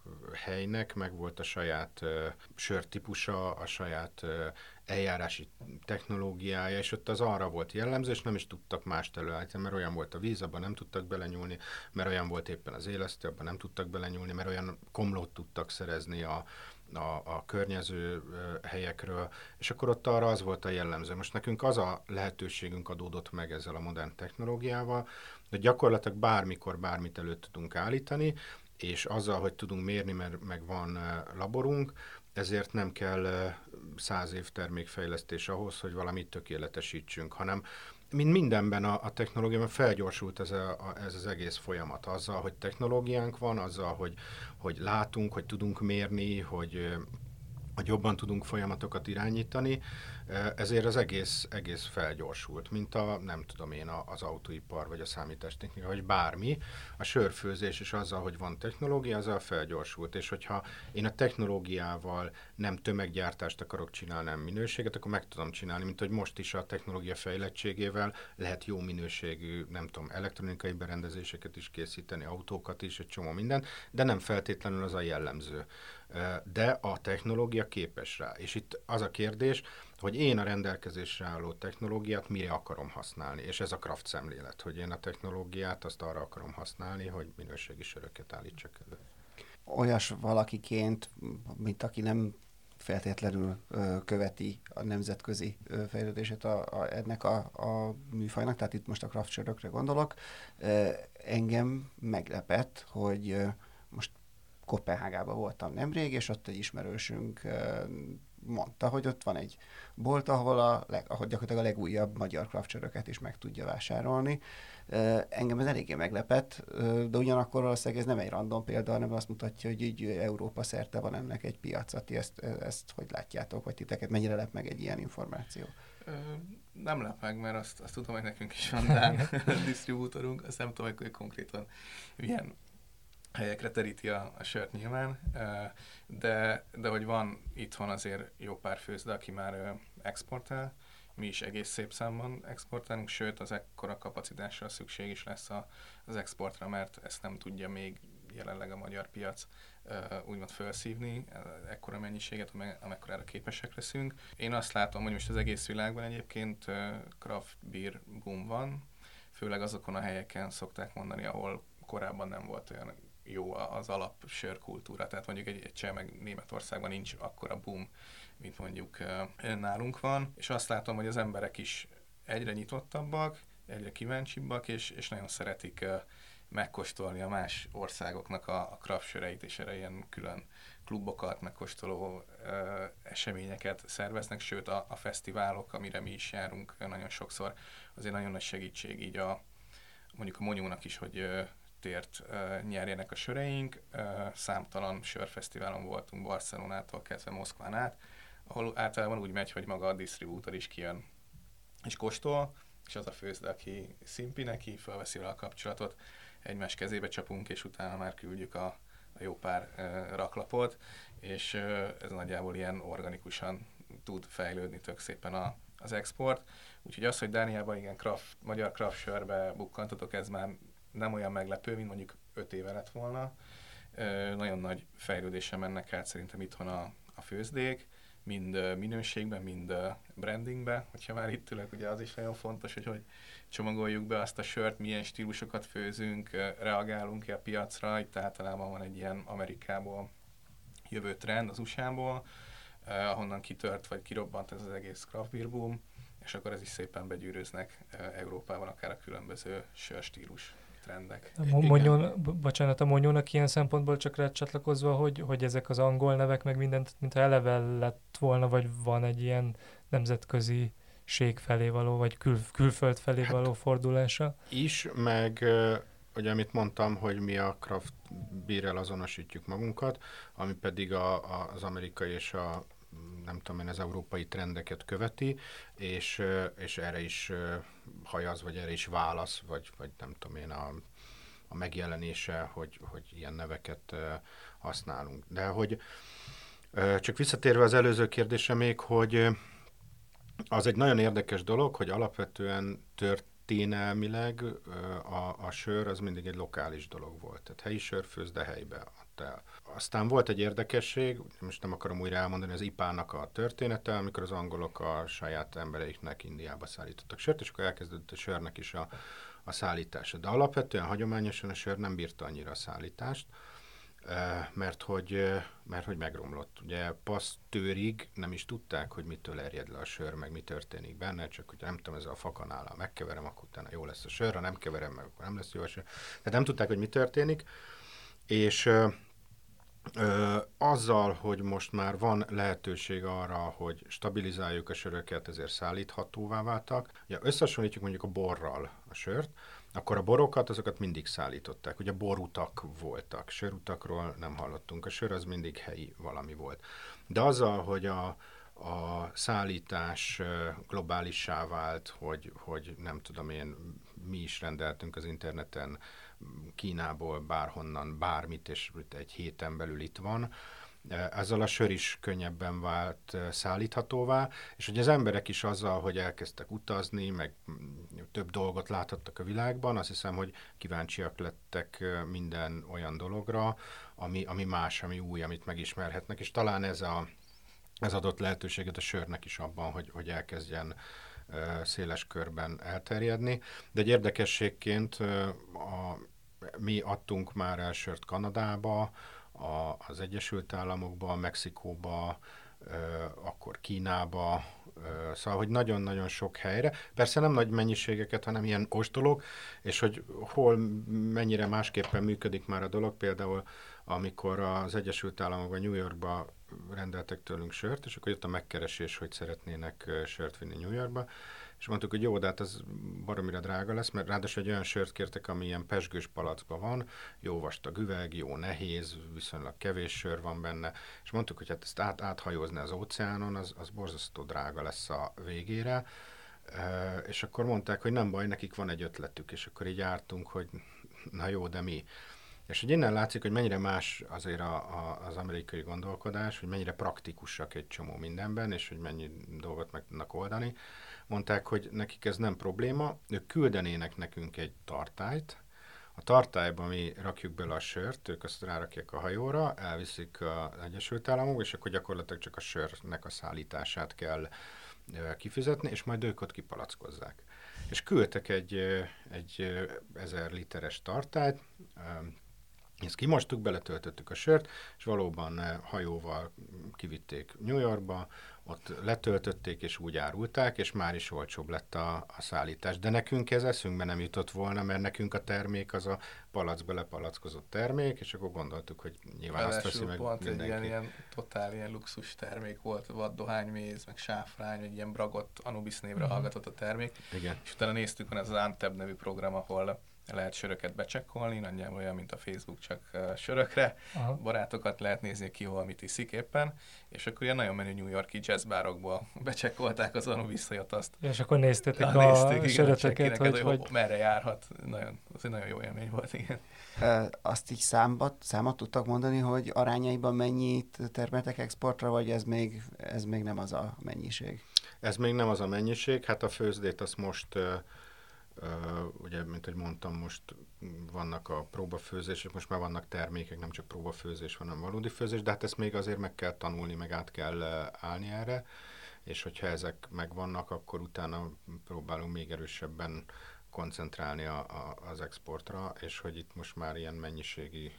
helynek megvolt a saját uh, sörtípusa, a saját uh, eljárási technológiája, és ott az arra volt jellemző, és nem is tudtak mást előállítani, mert olyan volt a víz, abban nem tudtak belenyúlni, mert olyan volt éppen az élesztő, abban nem tudtak belenyúlni, mert olyan komlót tudtak szerezni a A, a környező helyekről, és akkor ott arra az volt a jellemző. Most nekünk az a lehetőségünk adódott meg ezzel a modern technológiával, hogy gyakorlatilag bármikor bármit elő tudunk állítani, és azzal, hogy tudunk mérni, mert meg van laborunk, ezért nem kell száz év termékfejlesztés ahhoz, hogy valamit tökéletesítsünk, hanem mint mindenben a, a technológiában felgyorsult ez, a, a, ez az egész folyamat. Azzal, hogy technológiánk van, azzal, hogy, hogy látunk, hogy tudunk mérni, hogy, hogy jobban tudunk folyamatokat irányítani, ezért az egész, egész felgyorsult, mint a, nem tudom én, az autóipar, vagy a számítástechnika, vagy bármi. A sörfőzés is azzal, hogy van technológia, azzal felgyorsult, és hogyha én a technológiával nem tömeggyártást akarok csinálni, nem minőséget, akkor meg tudom csinálni, mint hogy most is a technológia fejlettségével lehet jó minőségű, nem tudom, elektronikai berendezéseket is készíteni, autókat is, egy csomó mindent, de nem feltétlenül az a jellemző. De a technológia képes rá. És itt az a kérdés, hogy én a rendelkezésre álló technológiát mire akarom használni. És ez a craft szemlélet, hogy én a technológiát azt arra akarom használni, hogy minőségi söröket állítsak elő. Olyas valakiként, mint aki nem feltétlenül ö, követi a nemzetközi ö, fejlődését a, a, ennek a, a műfajnak, tehát itt most a craft sörökre gondolok, ö, engem meglepett, hogy ö, most Koppenhágában voltam nemrég, és ott egy ismerősünk ö, mondta, hogy ott van egy bolt, ahol, a leg, ahol gyakorlatilag a legújabb magyar craft söröket is meg tudja vásárolni. Uh, engem ez eléggé meglepett, uh, de ugyanakkor valószínűleg ez nem egy random példa, hanem azt mutatja, hogy így Európa szerte van ennek egy piaca. Ti ezt, ezt hogy látjátok, vagy titeket mennyire lep meg egy ilyen információ? Ö, nem lep meg, mert azt, azt tudom, hogy nekünk is van Dán disztribútorunk, azt nem tudom, hogy konkrétan milyen helyekre teríti a, a sört nyilván, de, de hogy van itthon azért jó pár főzde, aki már exportál, mi is egész szép számban exportálunk, sőt az ekkora kapacitásra szükség is lesz a, az exportra, mert ezt nem tudja még jelenleg a magyar piac úgymond felszívni, ekkora mennyiséget, amekkorára képesek leszünk. Én azt látom, hogy most az egész világban egyébként craft beer boom van, főleg azokon a helyeken szokták mondani, ahol korábban nem volt olyan jó az alap sörkultúra, tehát mondjuk egy, egy cseh meg Németországban nincs akkora boom, mint mondjuk uh, nálunk van, és azt látom, hogy az emberek is egyre nyitottabbak, egyre kíváncsibbak, és, és nagyon szeretik uh, megkóstolni a más országoknak a, a craft söreit, és erre ilyen külön klubokat, megkóstoló uh, eseményeket szerveznek, sőt a, a fesztiválok, amire mi is járunk uh, nagyon sokszor, azért nagyon nagy segítség így a, mondjuk a Monyónak is, hogy uh, tért uh, nyerjenek a söreink. Uh, számtalan sörfesztiválon voltunk Barcelonától kezdve Moszkván át, ahol általában úgy megy, hogy maga a disztribútor is kijön és kóstol, és az a főzde, aki szimpi neki, felveszi vele a kapcsolatot, egymás kezébe csapunk, és utána már küldjük a, a jó pár uh, raklapot, és uh, ez nagyjából ilyen organikusan tud fejlődni tök szépen a, az export. Úgyhogy az, hogy Dániában igen, craft, magyar craft sörbe bukkantatok, ez már nem olyan meglepő, mint mondjuk öt éve lett volna. Ö, nagyon nagy fejlődésen mennek át szerintem itthon a, a főzdék, mind minőségben, mind brandingben. Hogyha már itt ülök, ugye az is nagyon fontos, hogy hogy csomagoljuk be azt a sört, milyen stílusokat főzünk, reagálunk-e a piacra. Itt általában van egy ilyen Amerikából jövő trend, az u es á-ból, eh, ahonnan kitört vagy kirobbant ez az egész craft beer boom, és akkor ez is szépen begyűrűznek eh, Európában akár a különböző sörstílus trendek. A Monyón, bocsánat, a Monyónak ilyen szempontból csak rá csatlakozva, hogy, hogy ezek az angol nevek meg mindent, mintha eleve lett volna, vagy van egy ilyen nemzetközi ség felé való, vagy kül, külföld felé hát való fordulása. Is, meg ugye amit mondtam, hogy mi a craft beerrel azonosítjuk magunkat, ami pedig a, a, az amerikai és a nem tudom én, az európai trendeket követi, és, és erre is hajaz, vagy erre is válasz, vagy, vagy nem tudom én, a, a megjelenése, hogy, hogy ilyen neveket használunk. De hogy csak visszatérve az előző kérdésre még, hogy az egy nagyon érdekes dolog, hogy alapvetően történelmileg a, a sör az mindig egy lokális dolog volt. Tehát helyi sörfőz, de helybe adta el. Aztán volt egy érdekesség, most nem akarom újra elmondani, az i pé á-nak a története, amikor az angolok a saját embereiknek Indiába szállítottak sört, és akkor elkezdődött a sörnek is a, a szállítása. De alapvetően hagyományosan a sör nem bírta annyira a szállítást, mert hogy, mert hogy megromlott. Ugye Pasztőrig nem is tudták, hogy mitől erjed le a sör, meg mi történik benne, csak hogy nem tudom, ez a fakanállal megkeverem, akkor utána jó lesz a sör, ha nem keverem meg, akkor nem lesz jó a sör. Tehát nem tudták, hogy mi történik, és ö, ö, azzal, hogy most már van lehetőség arra, hogy stabilizáljuk a söröket, ezért szállíthatóvá váltak. Ugye összehasonlítjuk mondjuk a borral a sört, akkor a borokat, azokat mindig szállították. Ugye borutak voltak, sörutakról nem hallottunk. A sör az mindig helyi valami volt. De azzal, hogy a, a szállítás globálissá vált, hogy, hogy nem tudom én, mi is rendeltünk az interneten Kínából, bárhonnan, bármit, és egy héten belül itt van, ezzel a sör is könnyebben vált szállíthatóvá, és hogy az emberek is azzal, hogy elkezdtek utazni, meg több dolgot láthattak a világban, azt hiszem, hogy kíváncsiak lettek minden olyan dologra, ami, ami más, ami új, amit megismerhetnek, és talán ez, a, ez adott lehetőséget a sörnek is abban, hogy, hogy elkezdjen széles körben elterjedni. De egy érdekességként a, mi adtunk már el sört Kanadába, A, az Egyesült Államokba, Mexikóba, ö, akkor Kínába, ö, szóval, hogy nagyon-nagyon sok helyre. Persze nem nagy mennyiségeket, hanem ilyen ostolók, és hogy hol mennyire másképpen működik már a dolog, például amikor az Egyesült Államokban, New Yorkba rendeltek tőlünk sört, és akkor jött a megkeresés, hogy szeretnének sört vinni New Yorkba, és mondtuk, hogy jó, de hát ez baromira drága lesz, mert ráadásul egy olyan sört kértek, ami ilyen pezsgős palackban van, jó vastag üveg, jó nehéz, viszonylag kevés sör van benne, és mondtuk, hogy hát ezt át, áthajózni az óceánon, az, az borzasztó drága lesz a végére, e, és akkor mondták, hogy nem baj, nekik van egy ötletük, és akkor így jártunk, hogy na jó, de mi? És hogy innen látszik, hogy mennyire más azért a, a, az amerikai gondolkodás, hogy mennyire praktikusak egy csomó mindenben, és hogy mennyi dolgot meg tudnak oldani. Mondták, hogy nekik ez nem probléma, ők küldenének nekünk egy tartályt, a tartályba mi rakjuk bele a sört, ők azt rárakják a hajóra, elviszik az Egyesült Államokba, és akkor gyakorlatilag csak a sörnek a szállítását kell kifizetni, és majd ők ott kipalackozzák. És küldtek egy, egy ezer literes tartályt, ezt kimostuk, beletöltöttük a sört, és valóban hajóval kivitték New Yorkba, ott letöltötték, és úgy árulták, és már is olcsóbb lett a, a szállítás. De nekünk ez eszünkbe nem jutott volna, mert nekünk a termék az a palacba lepalackozott termék, és akkor gondoltuk, hogy nyilván azt veszi meg volt mindenki. egy ilyen, ilyen totál ilyen luxus termék volt, volt dohányméz, meg sáfrány, egy ilyen Bragott Anubis névre mm. hallgatott a termék. Igen. És utána néztük, van ez az Antep nevű program, ahol lehet söröket becsekkolni, nagyjából olyan, mint a Facebook, csak uh, sörökre. Aha. Barátokat lehet nézni, ki hol mit iszik éppen, és akkor ilyen nagyon menő New York-i jazzbárokból becsekkolták az Anubis-ot, azt. És akkor néztétek a, a söröteket, hogy, hogy, hogy merre járhat. Nagyon, az egy nagyon jó élmény volt, igen. E, azt így számot, számot tudtak mondani, hogy arányaiban mennyit termeltek exportra, vagy ez még, ez még nem az a mennyiség? Ez még nem az a mennyiség, hát a főzdét azt most ugye, mint hogy mondtam, most vannak a próbafőzések, most már vannak termékek, nem csak próbafőzés, hanem valódi főzés, de hát ezt még azért meg kell tanulni, meg át kell állni erre, és hogyha ezek megvannak, akkor utána próbálunk még erősebben koncentrálni a, a, az exportra, és hogy itt most már ilyen mennyiségi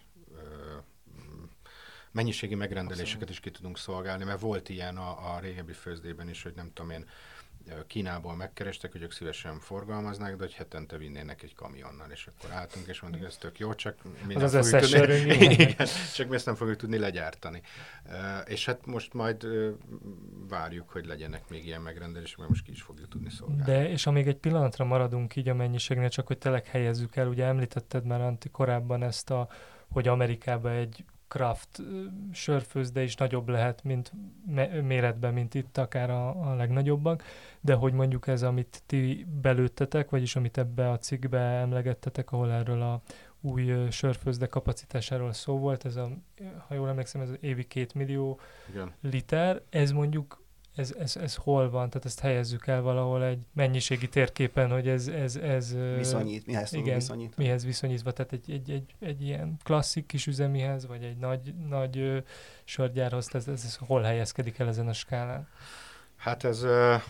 mennyiségi megrendeléseket is ki tudunk szolgálni, mert volt ilyen a, a régebbi főzdében is, hogy nem tudom én, Kínából megkerestek, hogy ők szívesen forgalmaznák, de hogy hetente vinnének egy kamionnal, és akkor álltunk, és mondjuk, ez tök jó, csak mi az nem az fogjuk tudni, igen, sörünk, csak mi ezt nem fogjuk tudni legyártani. Uh, és hát most majd uh, várjuk, hogy legyenek még ilyen megrendelések, mert most ki is fogjuk tudni szolgálni. De, és amíg egy pillanatra maradunk így a mennyiségnél, csak hogy tényleg helyezzük el, ugye említetted már Antti korábban ezt a, hogy Amerikában egy craft sörfőzde is nagyobb lehet, mint me- méretben, mint itt akár a, a legnagyobbak, de hogy mondjuk ez, amit ti belőttetek, vagyis amit ebbe a cikkbe emlegettetek, ahol erről a új sörfőzde kapacitásáról szó volt, ez a, ha jól emlékszem, ez az évi két millió Igen. liter, ez mondjuk Ez, ez, ez hol van? Tehát ezt helyezzük el valahol egy mennyiségi térképen, hogy ez... ez, ez Viszonyít, mihez tudunk igen, viszonyítani? mihez viszonyítva, tehát egy, egy, egy, egy ilyen klasszik kisüzemihez, vagy egy nagy, nagy ö, sörgyárhoz, tehát ez, ez hol helyezkedik el ezen a skálán? Hát ez uh,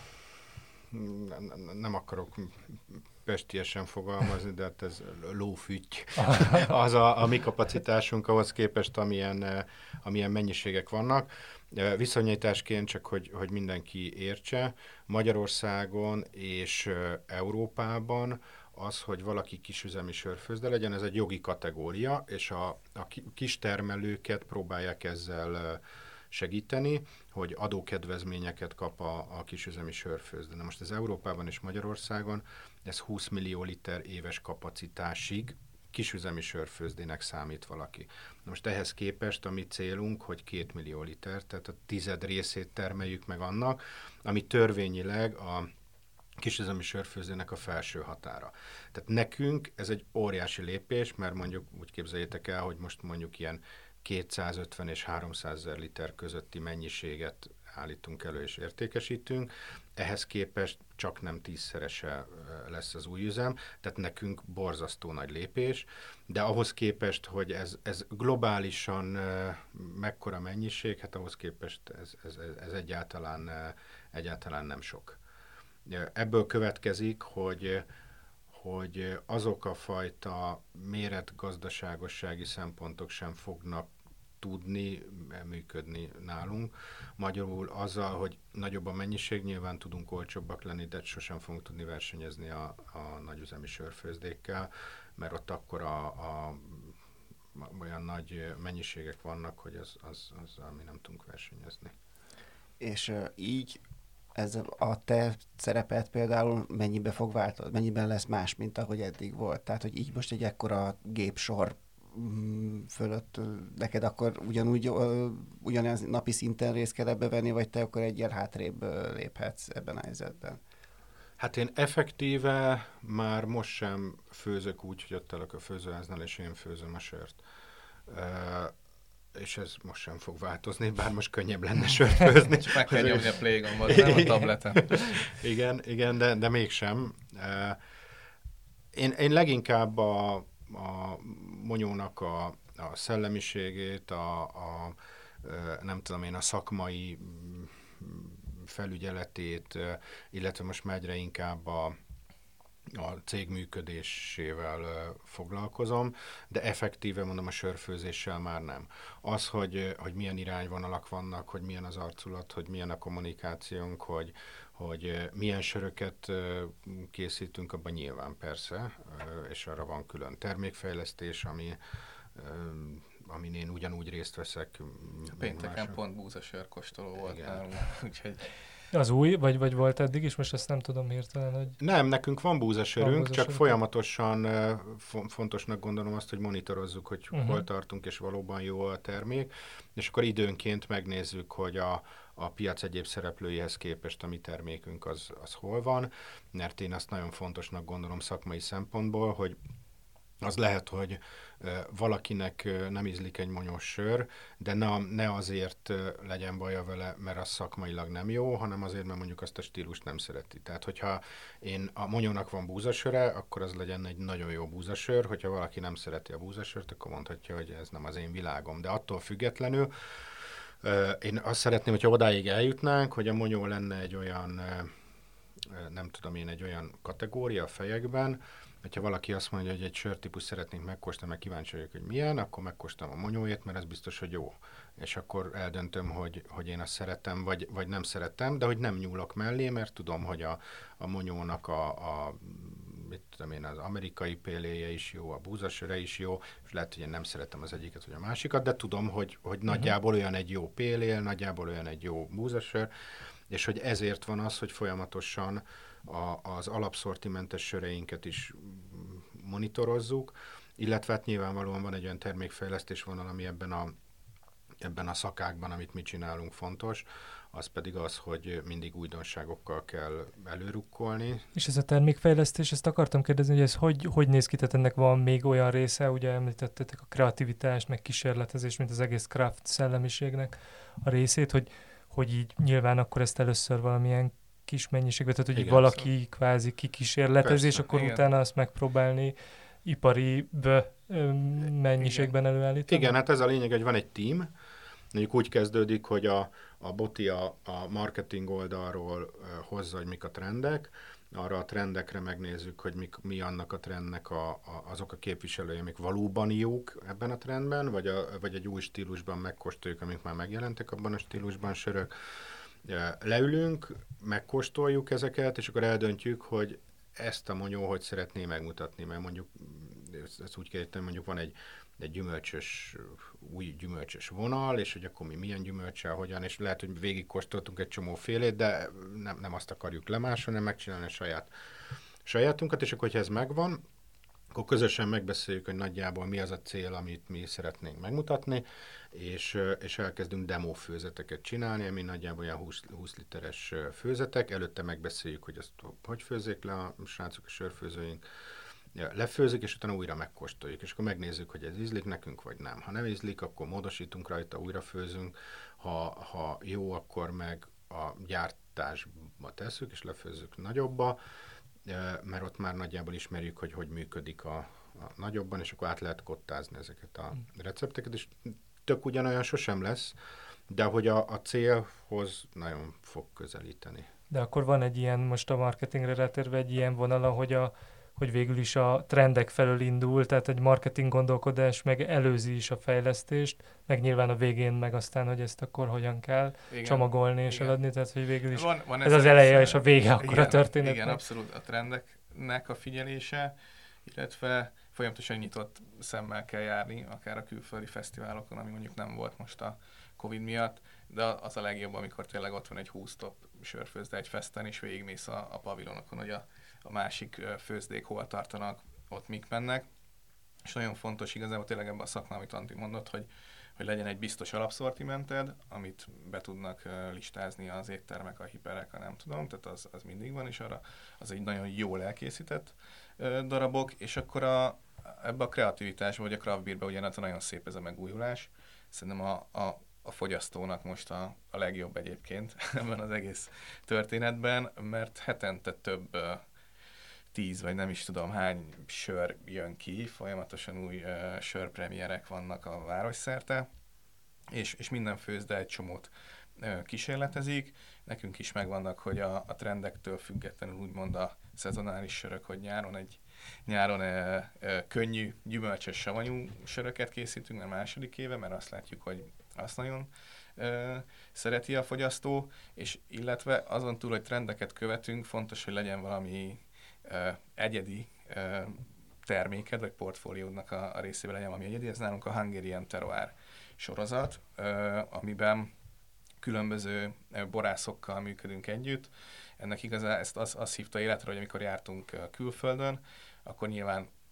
nem akarok pestiesen fogalmazni, de hát ez lófütty. Az a, a mi kapacitásunk ahhoz képest, amilyen, amilyen mennyiségek vannak. Viszonyításként csak, hogy, hogy mindenki értse, Magyarországon és Európában az, hogy valaki kisüzemi sörfőzde legyen, ez egy jogi kategória, és a, a kistermelőket próbálják ezzel segíteni, hogy adókedvezményeket kap a, a kisüzemi sörfőzde. Na most az Európában és Magyarországon ez húsz millió liter éves kapacitásig kisüzemi sörfőzdének számít valaki. Na most ehhez képest a mi célunk, hogy két millió liter, tehát a tized részét termeljük meg annak, ami törvényileg a kisüzemi sörfőzdének a felső határa. Tehát nekünk ez egy óriási lépés, mert mondjuk úgy képzeljétek el, hogy most mondjuk ilyen kétszázötven és háromszázezer liter közötti mennyiséget állítunk elő és értékesítünk, ehhez képest csak nem tízszerese lesz az új üzem, tehát nekünk borzasztó nagy lépés, de ahhoz képest, hogy ez, ez globálisan mekkora mennyiség, hát ahhoz képest ez, ez, ez egyáltalán, egyáltalán nem sok. Ebből következik, hogy hogy azok a fajta méretgazdaságossági szempontok sem fognak tudni működni nálunk. Magyarul azzal, hogy nagyobb a mennyiség, nyilván tudunk olcsóbbak lenni, de sosem fogunk tudni versenyezni a, a nagyüzemi sörfőzdékkel, mert ott akkor a, a, olyan nagy mennyiségek vannak, hogy az, az, az, ami nem tudunk versenyezni. És uh, így ez a te szerepet például mennyibe fog változni, mennyiben lesz más, mint ahogy eddig volt? Tehát, hogy így most egy ekkora gépsor fölött neked akkor ugyanúgy ugyanaz napi szinten részt kell ebbe venni, vagy te akkor egy ilyen hátrébb léphetsz ebben a helyzetben? Hát én effektíve már most sem főzök úgy, hogy ott állok a főzőháznál, és én főzöm a sört. Uh, és ez most sem fog változni, bár most könnyebb lenne sört főzni. Csak meg kell nyomni a play gombot, nem a tableten. Igen, igen, de, de mégsem. Uh, én, én leginkább a, a Monyónak a, a szellemiségét, a, a nem tudom én, a szakmai felügyeletét, illetve most már egyre inkább a, a cég működésével foglalkozom, de effektíve mondom a sörfőzéssel már nem. Az, hogy, hogy milyen irányvonalak vannak, hogy milyen az arculat, hogy milyen a kommunikációnk, hogy, hogy milyen söröket készítünk, abban nyilván persze, és arra van külön termékfejlesztés, ami, amin én ugyanúgy részt veszek. Pénteken mások. Pont búzasör kóstoló volt nálunk, úgyhogy... Az új, vagy, vagy volt eddig is? Most ezt nem tudom hirtelen, hogy... Nem, nekünk van búzasörünk, van búzasörünk, csak folyamatosan uh, fontosnak gondolom azt, hogy monitorozzuk, hogy uh-huh. hol tartunk, és valóban jó a termék, és akkor időnként megnézzük, hogy a, a piac egyéb szereplőihez képest a mi termékünk az, az hol van, mert én azt nagyon fontosnak gondolom szakmai szempontból, hogy az lehet, hogy valakinek nem ízlik egy monyós sör, de ne, ne azért legyen baja vele, mert az szakmailag nem jó, hanem azért, mert mondjuk azt a stílust nem szereti. Tehát, hogyha én a monyónak van búzasöre, akkor az legyen egy nagyon jó búzasör, hogyha valaki nem szereti a búzasört, akkor mondhatja, hogy ez nem az én világom. De attól függetlenül én azt szeretném, hogyha odáig eljutnánk, hogy a monyó lenne egy olyan, nem tudom én, egy olyan kategória a fejekben, hogyha valaki azt mondja, hogy egy sörtípus szeretnénk megkóstolni, meg kíváncsi vagyok, hogy milyen, akkor megkóstolom a monyóét, mert ez biztos, hogy jó. És akkor eldöntöm, hogy, hogy én azt szeretem, vagy, vagy nem szeretem, de hogy nem nyúlok mellé, mert tudom, hogy a, a monyónak a, a mit tudom én, az amerikai péléje is jó, a búzasöre is jó, és lehet, hogy én nem szeretem az egyiket vagy a másikat, de tudom, hogy, hogy uh-huh. nagyjából olyan egy jó pélél, nagyjából olyan egy jó búzasör, és hogy ezért van az, hogy folyamatosan a, az alapszortimentes söreinket is monitorozzuk, illetve hát nyilvánvalóan van egy olyan termékfejlesztés vonal, ami ebben a, ebben a szakákban, amit mi csinálunk, fontos, az pedig az, hogy mindig újdonságokkal kell előrukkolni. És ez a termékfejlesztés, ezt akartam kérdezni, hogy ez hogy, hogy néz ki, tehát ennek van még olyan része, ugye említettetek a kreativitást, meg kísérletezés, mint az egész craft szellemiségnek a részét, hogy, hogy így nyilván akkor ezt először valamilyen kis mennyiségben, tehát hogy igen, valaki szóval kvázi kikísérletezés, persze, akkor igen. utána azt megpróbálni ipari bő, mennyiségben igen. előállítani. Igen, hát ez a lényeg, hogy van egy team, mondjuk úgy kezdődik, hogy a, a Boti a, a marketing oldalról uh, hozza, hogy mik a trendek, arra a trendekre megnézzük, hogy mik, mi annak a trendnek a, a, azok a képviselői, amik valóban jók ebben a trendben, vagy, a, vagy egy új stílusban megkóstoljuk, amik már megjelentek abban a stílusban sörök. Leülünk, megkóstoljuk ezeket, és akkor eldöntjük, hogy ezt a monyó hogy szeretné megmutatni, mert mondjuk, ezt úgy kérdeztem, mondjuk van egy, egy gyümölcsös, új gyümölcsös vonal, és hogy akkor mi milyen gyümölcsel, hogyan, és lehet, hogy végigkóstoltunk egy csomó félét, de nem, nem azt akarjuk lemásolni, hanem megcsinálni a saját sajátunkat, és akkor, hogyha ez megvan, akkor közösen megbeszéljük, hogy nagyjából mi az a cél, amit mi szeretnénk megmutatni, és, és elkezdünk demófőzeteket csinálni, ami nagyjából olyan húsz, húsz literes főzetek. Előtte megbeszéljük, hogy ezt hogy főzzék le a srácok, a sörfőzőink, lefőzik, és utána újra megkóstoljuk, és akkor megnézzük, hogy ez ízlik nekünk, vagy nem. Ha nem ízlik, akkor módosítunk rajta, újra főzünk, ha, ha jó, akkor meg a gyártásba tesszük, és lefőzzük nagyobba, mert ott már nagyjából ismerjük, hogy hogy működik a, a nagyobban, és akkor át lehet kottázni ezeket a recepteket, és tök ugyanolyan sosem lesz, de hogy a, a célhoz nagyon fog közelíteni. De akkor van egy ilyen, most a marketingre rátérve egy ilyen vonala, hogy, a, hogy végül is a trendek felől indul, tehát egy marketing gondolkodás meg előzi is a fejlesztést, meg nyilván a végén meg aztán, hogy ezt akkor hogyan kell igen, csomagolni és igen. eladni, tehát hogy végül is van, van ez, ez az eleje és a vége akkor igen, a történetnek. Igen, abszolút a trendeknek a figyelése, illetve folyamatosan nyitott szemmel kell járni, akár a külföldi fesztiválokon, ami mondjuk nem volt most a Covid miatt, de az a legjobb, amikor tényleg ott van egy húsz top sörfőzde egy festen, és végigmész a, a pavilonokon, hogy a, a másik főzdék hol tartanak, ott mik mennek. És nagyon fontos igazából tényleg ebben a szakmában, amit Antti mondott, hogy, hogy legyen egy biztos alapszortimented, amit be tudnak listázni az éttermek, a hiperek, a nem tudom, tehát az, az mindig van, és arra az egy nagyon jól elkészített darabok, és akkor a, ebbe a kreativitásba, vagy a craft beerbe ugyanaz nagyon szép ez a megújulás. Szerintem a, a, a fogyasztónak most a, a legjobb egyébként ebben az egész történetben, mert hetente több tíz, vagy nem is tudom hány sör jön ki, folyamatosan új uh, sörpremierek vannak a városszerte, és, és minden főzde egy csomót uh, kísérletezik. Nekünk is megvannak, hogy a, a trendektől függetlenül úgymond a szezonális sörök, hogy nyáron egy nyáron uh, uh, könnyű, gyümölcsös, savanyú söröket készítünk a második éve, mert azt látjuk, hogy azt nagyon uh, szereti a fogyasztó, és illetve azon túl, hogy trendeket követünk, fontos, hogy legyen valami Uh, egyedi uh, terméked, vagy portfóliódnak a, a részében legyen valami egyedi. Ez nálunk a Hungarian Terroir sorozat, uh, amiben különböző uh, borászokkal működünk együtt. Ennek igazán ezt az, az hívta életre, hogy amikor jártunk uh, külföldön, akkor nyilván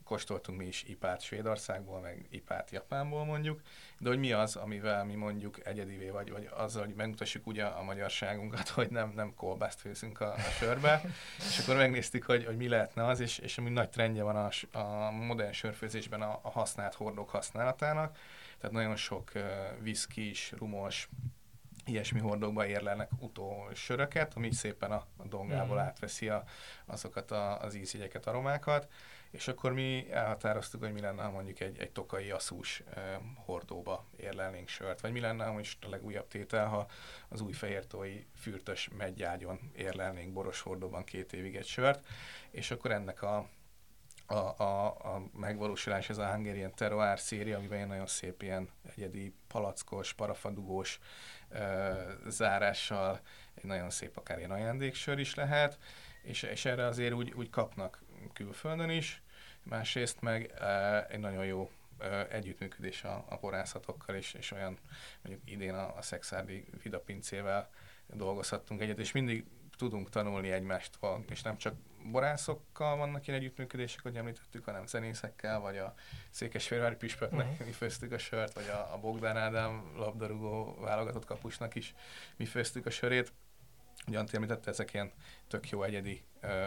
kóstoltunk mi is ipát Svédországból, meg ipát Japánból mondjuk, de hogy mi az, amivel mi mondjuk egyedivé vagy, vagy azzal, hogy megmutassuk ugye a magyarságunkat, hogy nem, nem kolbászt főzünk a, a sörbe, és akkor megnéztük, hogy, hogy mi lehetne az, és, és ami nagy trendje van a, a modern sörfőzésben a, a használt hordók használatának, tehát nagyon sok uh, viszkis, rumos, ilyesmi hordókba érlelnek utó söröket, ami szépen a, a dongából átveszi a, azokat a, az ízjegyeket, aromákat, és akkor mi elhatároztuk, hogy mi lenne, ha mondjuk egy, egy tokai aszús eh, hordóba érlelnénk sört, vagy mi lenne, ha most a legújabb tétel, ha az újfehértói fürtös meggyágyon érlelnénk boros hordóban két évig egy sört, és akkor ennek a A, a, a megvalósulás, ez a Hungarian Terroir széria, amiben ilyen nagyon szép ilyen egyedi palackos, parafadugós ö, zárással, egy nagyon szép akár ilyen ajándéksör is lehet, és, és erre azért úgy, úgy kapnak külföldön is, másrészt meg ö, egy nagyon jó ö, együttműködés a, a borászatokkal, és, és olyan mondjuk idén a, a Szekszárdi Vidapincével dolgozhattunk egyet, és mindig tudunk tanulni egymástól, és nem csak borászokkal vannak ilyen együttműködések, hogy említettük, hanem zenészekkel, vagy a székesfehérvári püspöknek uh-huh. mi főztük a sört, vagy a, a Bogdán Ádám labdarúgó válogatott kapusnak is mi főztük a sörét. Ugye Antti említette, ezek ilyen tök jó egyedi ö,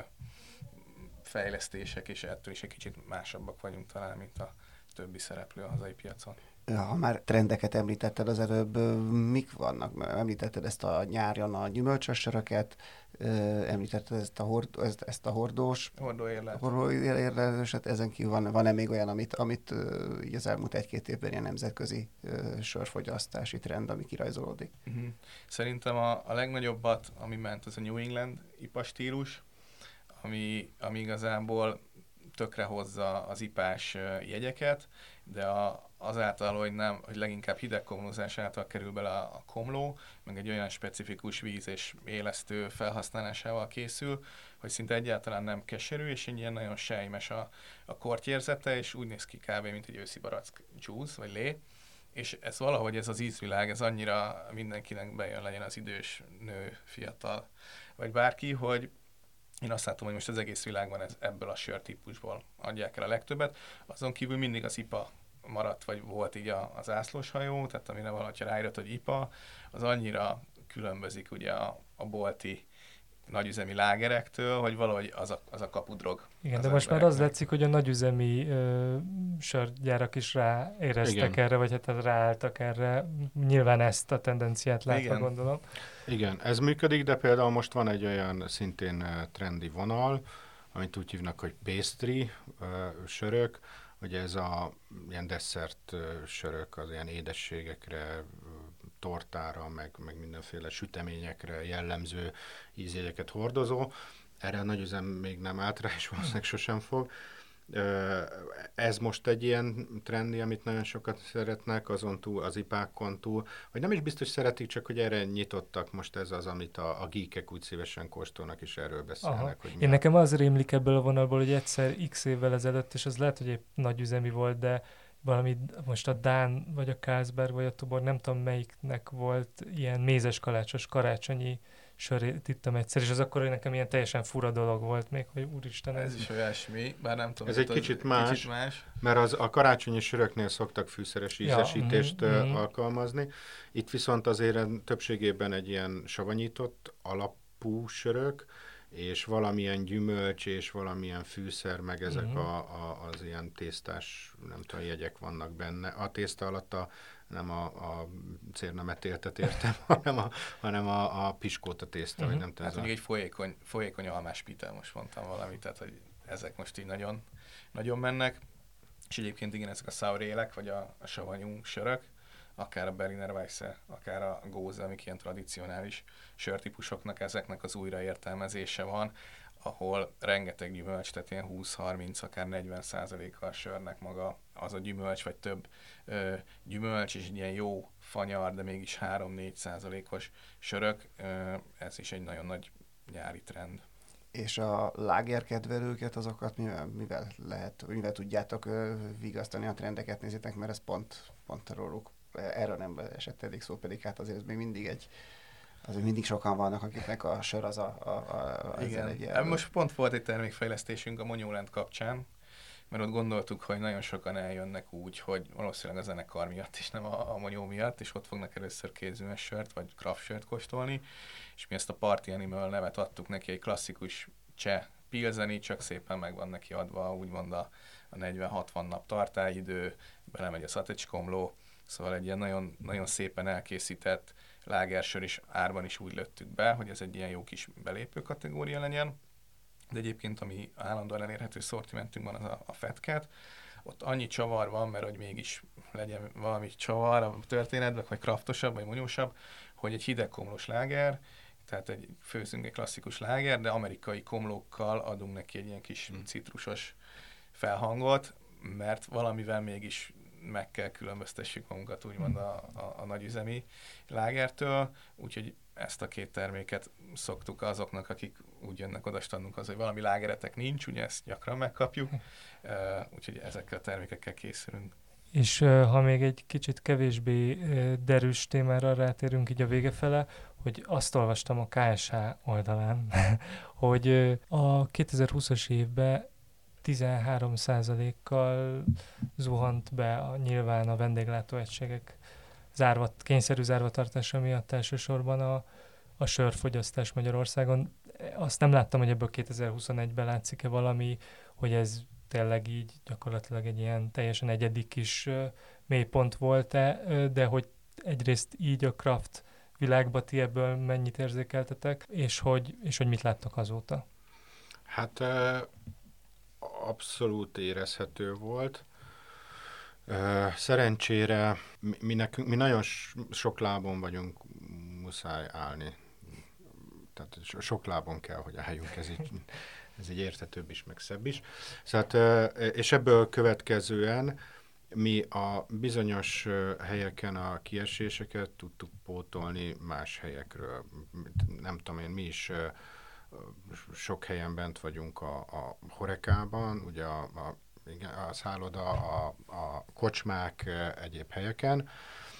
fejlesztések, és ettől is egy kicsit másabbak vagyunk talán, mint a többi szereplő a hazai piacon. Ha már trendeket említetted az előbb, mik vannak? Említetted ezt a nyáron a gyümölcsös söröket, említetted ezt a, hord, ezt, ezt a hordós, hordóérlelőset, ezen kívül van, van-e még olyan, amit, amit így az elmúlt egy-két évben ilyen nemzetközi sörfogyasztási trend, ami kirajzolódik? Uh-huh. Szerintem a, a legnagyobbat, ami ment, az a New England ipa stílus, ami, ami igazából tökre hozza az ipás jegyeket, de a, azáltal, hogy, nem, hogy leginkább hidegkomlózás által kerül bele a, a komló, meg egy olyan specifikus víz és élesztő felhasználásával készül, hogy szinte egyáltalán nem keserű, és egy ilyen nagyon sejmes a, a kortyérzete, és úgy néz ki kb. Mint egy őszi barack juice, vagy lé, és ez valahogy ez az ízvilág, ez annyira mindenkinek bejön, legyen az idős, nő, fiatal, vagy bárki, hogy én azt látom, hogy most az egész világban ez, ebből a sörtípusból adják el a legtöbbet. Azon kívül mindig az ipa maradt, vagy volt így a, az ászlóshajó, tehát amire valahogy ráírott, hogy ipa, az annyira különbözik ugye a, a bolti nagyüzemi lágerektől, hogy valahogy az a, az a kapudrog. Igen, de most már az látszik, hogy a nagyüzemi ö, sörgyárak is ráéreztek erre, vagy hát ráálltak erre. Nyilván ezt a tendenciát látva, igen, gondolom. Igen, ez működik, de például most van egy olyan szintén trendi vonal, amit úgy hívnak, hogy pastry ö, sörök, hogy ez a ilyen desszert sörök, az ilyen édességekre, tortára, meg, meg mindenféle süteményekre jellemző ízjegyeket hordozó. Erre a nagyüzem még nem állt rá, és valószínűleg sosem fog. Ez most egy ilyen trendi, amit nagyon sokat szeretnek, azon túl, az ipákon túl, vagy nem is biztos szeretik, csak hogy erre nyitottak, most ez az, amit a, a geekek úgy szívesen kóstolnak, és erről beszélnek. Hogy Én nekem az rémlik ebből a vonalból, hogy egyszer x évvel ezelőtt, és az lehet, hogy egy nagyüzemi volt, de valami, most a Dán, vagy a Carlsberg, vagy a Tuborg, nem tudom melyiknek volt ilyen mézes kalácsos karácsonyi sörét ittam egyszer, és az akkor nekem ilyen teljesen fura dolog volt még, hogy úristen. Ez, ez is olyasmi, bár nem tudom. Ez egy kicsit más, kicsit más, mert az, a karácsonyi söröknél szoktak fűszeres ízesítést ja, mm-hmm. alkalmazni. Itt viszont azért többségében egy ilyen savanyított alapú sörök, és valamilyen gyümölcs, és valamilyen fűszer, meg ezek mm-hmm. a, a, az ilyen tésztás, nem tudom, jegyek vannak benne. A tészta alatt a, nem a, a cérnametéltet értem, hanem a, hanem a, a piskóta tészta, mm-hmm. vagy nem tudom. Hát mondjuk a... egy folyékony, folyékony almás pitel, most mondtam valamit, tehát hogy ezek most így nagyon, nagyon mennek. És egyébként igen, ezek a sour élek, vagy a, a savanyú sörök, akár a Berliner Weisse, akár a Góze, amik ilyen tradicionális sörtípusoknak, ezeknek az újraértelmezése van, ahol rengeteg gyümölcs, tehát ilyen húsz-harminc, akár negyven százaléka a sörnek maga az a gyümölcs, vagy több ö, gyümölcs, és ilyen jó fanyar, de mégis három-négy százalékos sörök, ö, ez is egy nagyon nagy nyári trend. És a lágerkedvelőket, azokat mivel, mivel lehet, mivel tudjátok ö, vigasztani a trendeket, nézzétek, mert ez pont, pont róluk. Erről nem esett eddig szó, pedig hát azért ez még mindig egy, azért mindig sokan vannak, akiknek a sör az a, a, a igen. Egy ilyen... Most pont volt egy termékfejlesztésünk a Monuland kapcsán, mert ott gondoltuk, hogy nagyon sokan eljönnek úgy, hogy valószínűleg a zenekar miatt és nem a, a Monyó miatt, és ott fognak először kézműves sört vagy craft sört kóstolni, és mi ezt a Party Animal nevet adtuk neki, egy klasszikus cseh pilzeni, csak szépen meg van neki adva, úgymond a, a negyven-hatvan nap tartályidő, belemegy a szatecskomló, szóval egy ilyen nagyon, nagyon szépen elkészített lágersör is árban is úgy lőttük be, hogy ez egy ilyen jó kis belépő kategória legyen. De egyébként, ami állandóan elérhető szortimentünkben, az a, a Fat Cat. Ott annyi csavar van, mert hogy mégis legyen valami csavar a történetben, vagy kraftosabb, vagy monyósabb, hogy egy hideg komlós láger, tehát egy főzünk egy klasszikus láger, de amerikai komlókkal adunk neki egy ilyen kis mm. citrusos felhangot, mert valamivel mégis meg kell különböztessük magunkat úgymond a, a, a nagyüzemi lágertől, úgyhogy ezt a két terméket szoktuk azoknak, akik úgy jönnek oda standunkhoz, hogy valami lágeretek nincs, ugye ezt gyakran megkapjuk, uh, úgyhogy ezekkel a termékekkel készülünk. És uh, ha még egy kicsit kevésbé uh, derűs témára rátérünk így a vége fele, hogy azt olvastam a ká es há oldalán, hogy uh, a kétezer-húszas évben tizenhárom százalékkal zuhant be a, nyilván a vendéglátóegységek zárva, kényszerű zárvatartása miatt elsősorban a, a sörfogyasztás Magyarországon. Azt nem láttam, hogy ebből kétezer-huszonegyben látszik-e valami, hogy ez tényleg így gyakorlatilag egy ilyen teljesen egyedi kis uh, mélypont volt-e, uh, de hogy egyrészt így a craft világban ti ebből mennyit érzékeltetek, és hogy, és hogy mit láttak azóta? Hát abszolút érezhető volt. Szerencsére mi, mi, nekünk, mi nagyon sok lábon vagyunk, muszáj állni. Tehát sok lábon kell, hogy álljunk, ez így, ez így érthetőbb is, meg szebb is. Szóval, és ebből következően mi a bizonyos helyeken a kieséseket tudtuk pótolni más helyekről. Nem tudom én, mi is sok helyen bent vagyunk a, a Horekában, ugye a, a, igen, a szálloda, a, a kocsmák, egyéb helyeken,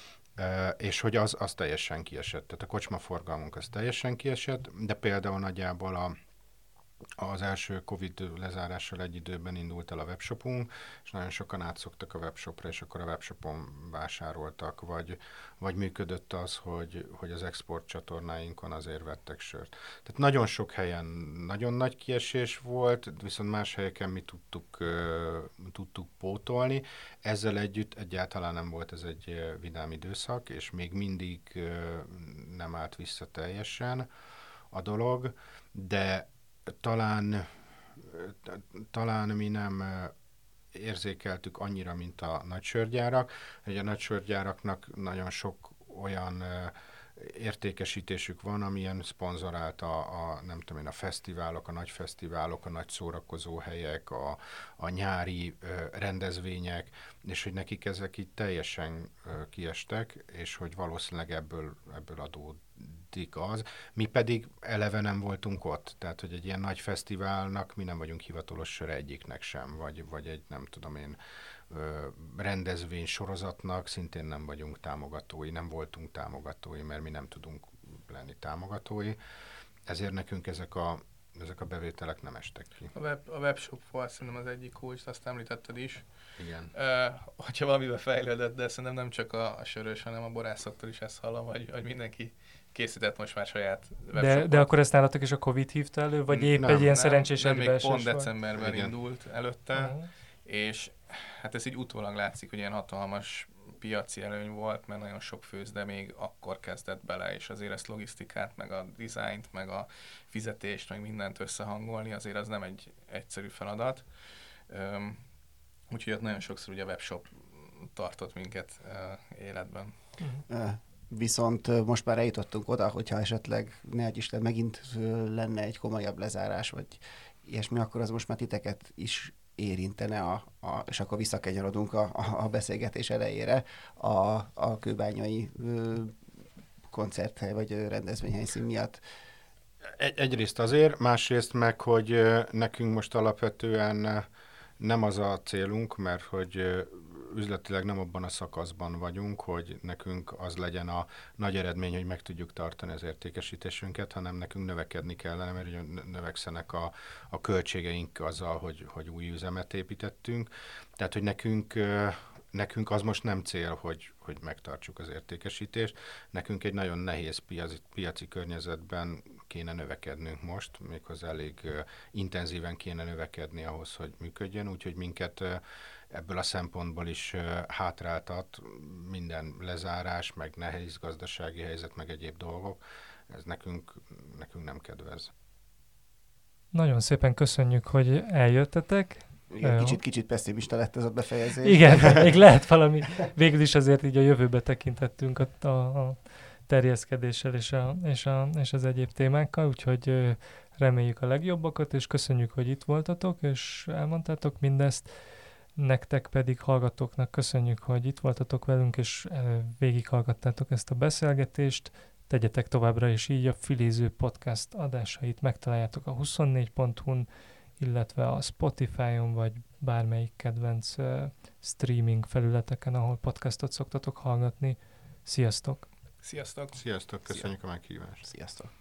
és hogy az, az teljesen kiesett. Tehát a kocsmaforgalmunk az teljesen kiesett, de például nagyjából a az első Covid lezárással egy időben indult el a webshopunk, és nagyon sokan átszoktak a webshopra, és akkor a webshopon vásároltak, vagy, vagy működött az, hogy, hogy az export csatornáinkon azért vettek sört. Tehát nagyon sok helyen nagyon nagy kiesés volt, viszont más helyeken mi tudtuk, uh, tudtuk pótolni. Ezzel együtt egyáltalán nem volt ez egy vidám időszak, és még mindig uh, nem állt vissza teljesen a dolog, de Talán, talán mi nem érzékeltük annyira, mint a nagysörgyárak. Ugye a nagysörgyáraknak nagyon sok olyan értékesítésük van, amilyen szponzorált a, a, nem tudom én, a fesztiválok, a nagy fesztiválok, a nagy szórakozóhelyek, a, a nyári ö, rendezvények, és hogy nekik ezek így teljesen ö, kiestek, és hogy valószínűleg ebből, ebből adódik az. Mi pedig eleve nem voltunk ott, tehát hogy egy ilyen nagy fesztiválnak mi nem vagyunk hivatalos sör egyiknek sem, vagy, vagy egy nem tudom én, rendezvény sorozatnak szintén nem vagyunk támogatói, nem voltunk támogatói, mert mi nem tudunk lenni támogatói, ezért nekünk ezek a, ezek a bevételek nem estek ki. A, web, a webshop volt szerintem az egyik kulcs, azt említetted is. Igen. Uh, hogyha valamivel fejlődött, de szerintem nem csak a, a sörös, hanem a borászoktól is ezt hallom, hogy, hogy mindenki készített most már saját webshopot. De, de akkor ezt nálatok is a Covid hívta elő, vagy épp nem, egy ilyen nem, szerencsés nem, még pont volt? decemberben Igen. indult előtte, Uh-huh. és hát ez így utólag látszik, hogy ilyen hatalmas piaci előny volt, mert nagyon sok főzde még akkor kezdett bele, és azért ezt logisztikát, meg a dizájnt, meg a fizetést, meg mindent összehangolni, azért az nem egy egyszerű feladat. Um, úgyhogy ott nagyon sokszor ugye a webshop tartott minket uh, életben. Uh, viszont most már eljutottunk oda, hogyha esetleg ne adj Isten, megint lenne egy komolyabb lezárás, vagy ilyesmi, akkor az most már titeket is érintene, a, a, és akkor visszakanyarodunk a, a, a beszélgetés elejére, a, a kőbányai ö, koncerthely vagy rendezvényhelyszín miatt. Egy, egyrészt azért, másrészt meg, hogy nekünk most alapvetően nem az a célunk, mert hogy üzletileg nem abban a szakaszban vagyunk, hogy nekünk az legyen a nagy eredmény, hogy meg tudjuk tartani az értékesítésünket, hanem nekünk növekedni kellene, mert ugye növekszenek a, a költségeink azzal, hogy, hogy új üzemet építettünk. Tehát, hogy nekünk, nekünk az most nem cél, hogy, hogy megtartsuk az értékesítést. Nekünk egy nagyon nehéz piaci, piaci környezetben kéne növekednünk most, méghozzá elég uh, intenzíven kéne növekedni ahhoz, hogy működjön, úgyhogy minket uh, ebből a szempontból is uh, hátráltat minden lezárás, meg nehéz gazdasági helyzet, meg egyéb dolgok. Ez nekünk, nekünk nem kedvez. Nagyon szépen köszönjük, hogy eljöttetek. Igen, kicsit, kicsit pessimista lett ez a befejezés. Igen, még lehet valami. Végül is azért így a jövőbe tekintettünk a, a, a terjeszkedéssel és, a, és, a, és az egyéb témákkal, úgyhogy reméljük a legjobbakat, és köszönjük, hogy itt voltatok, és elmondtátok mindezt. Nektek pedig hallgatóknak köszönjük, hogy itt voltatok velünk, és végighallgattátok ezt a beszélgetést. Tegyetek továbbra is így, a Filéző Podcast adásait megtaláljátok a huszonnégy pont hu-n, illetve a Spotify-on, vagy bármelyik kedvenc uh, streaming felületeken, ahol podcastot szoktatok hallgatni. Sziasztok! Sziasztok! Sziasztok, köszönjük a meghívást! Sziasztok!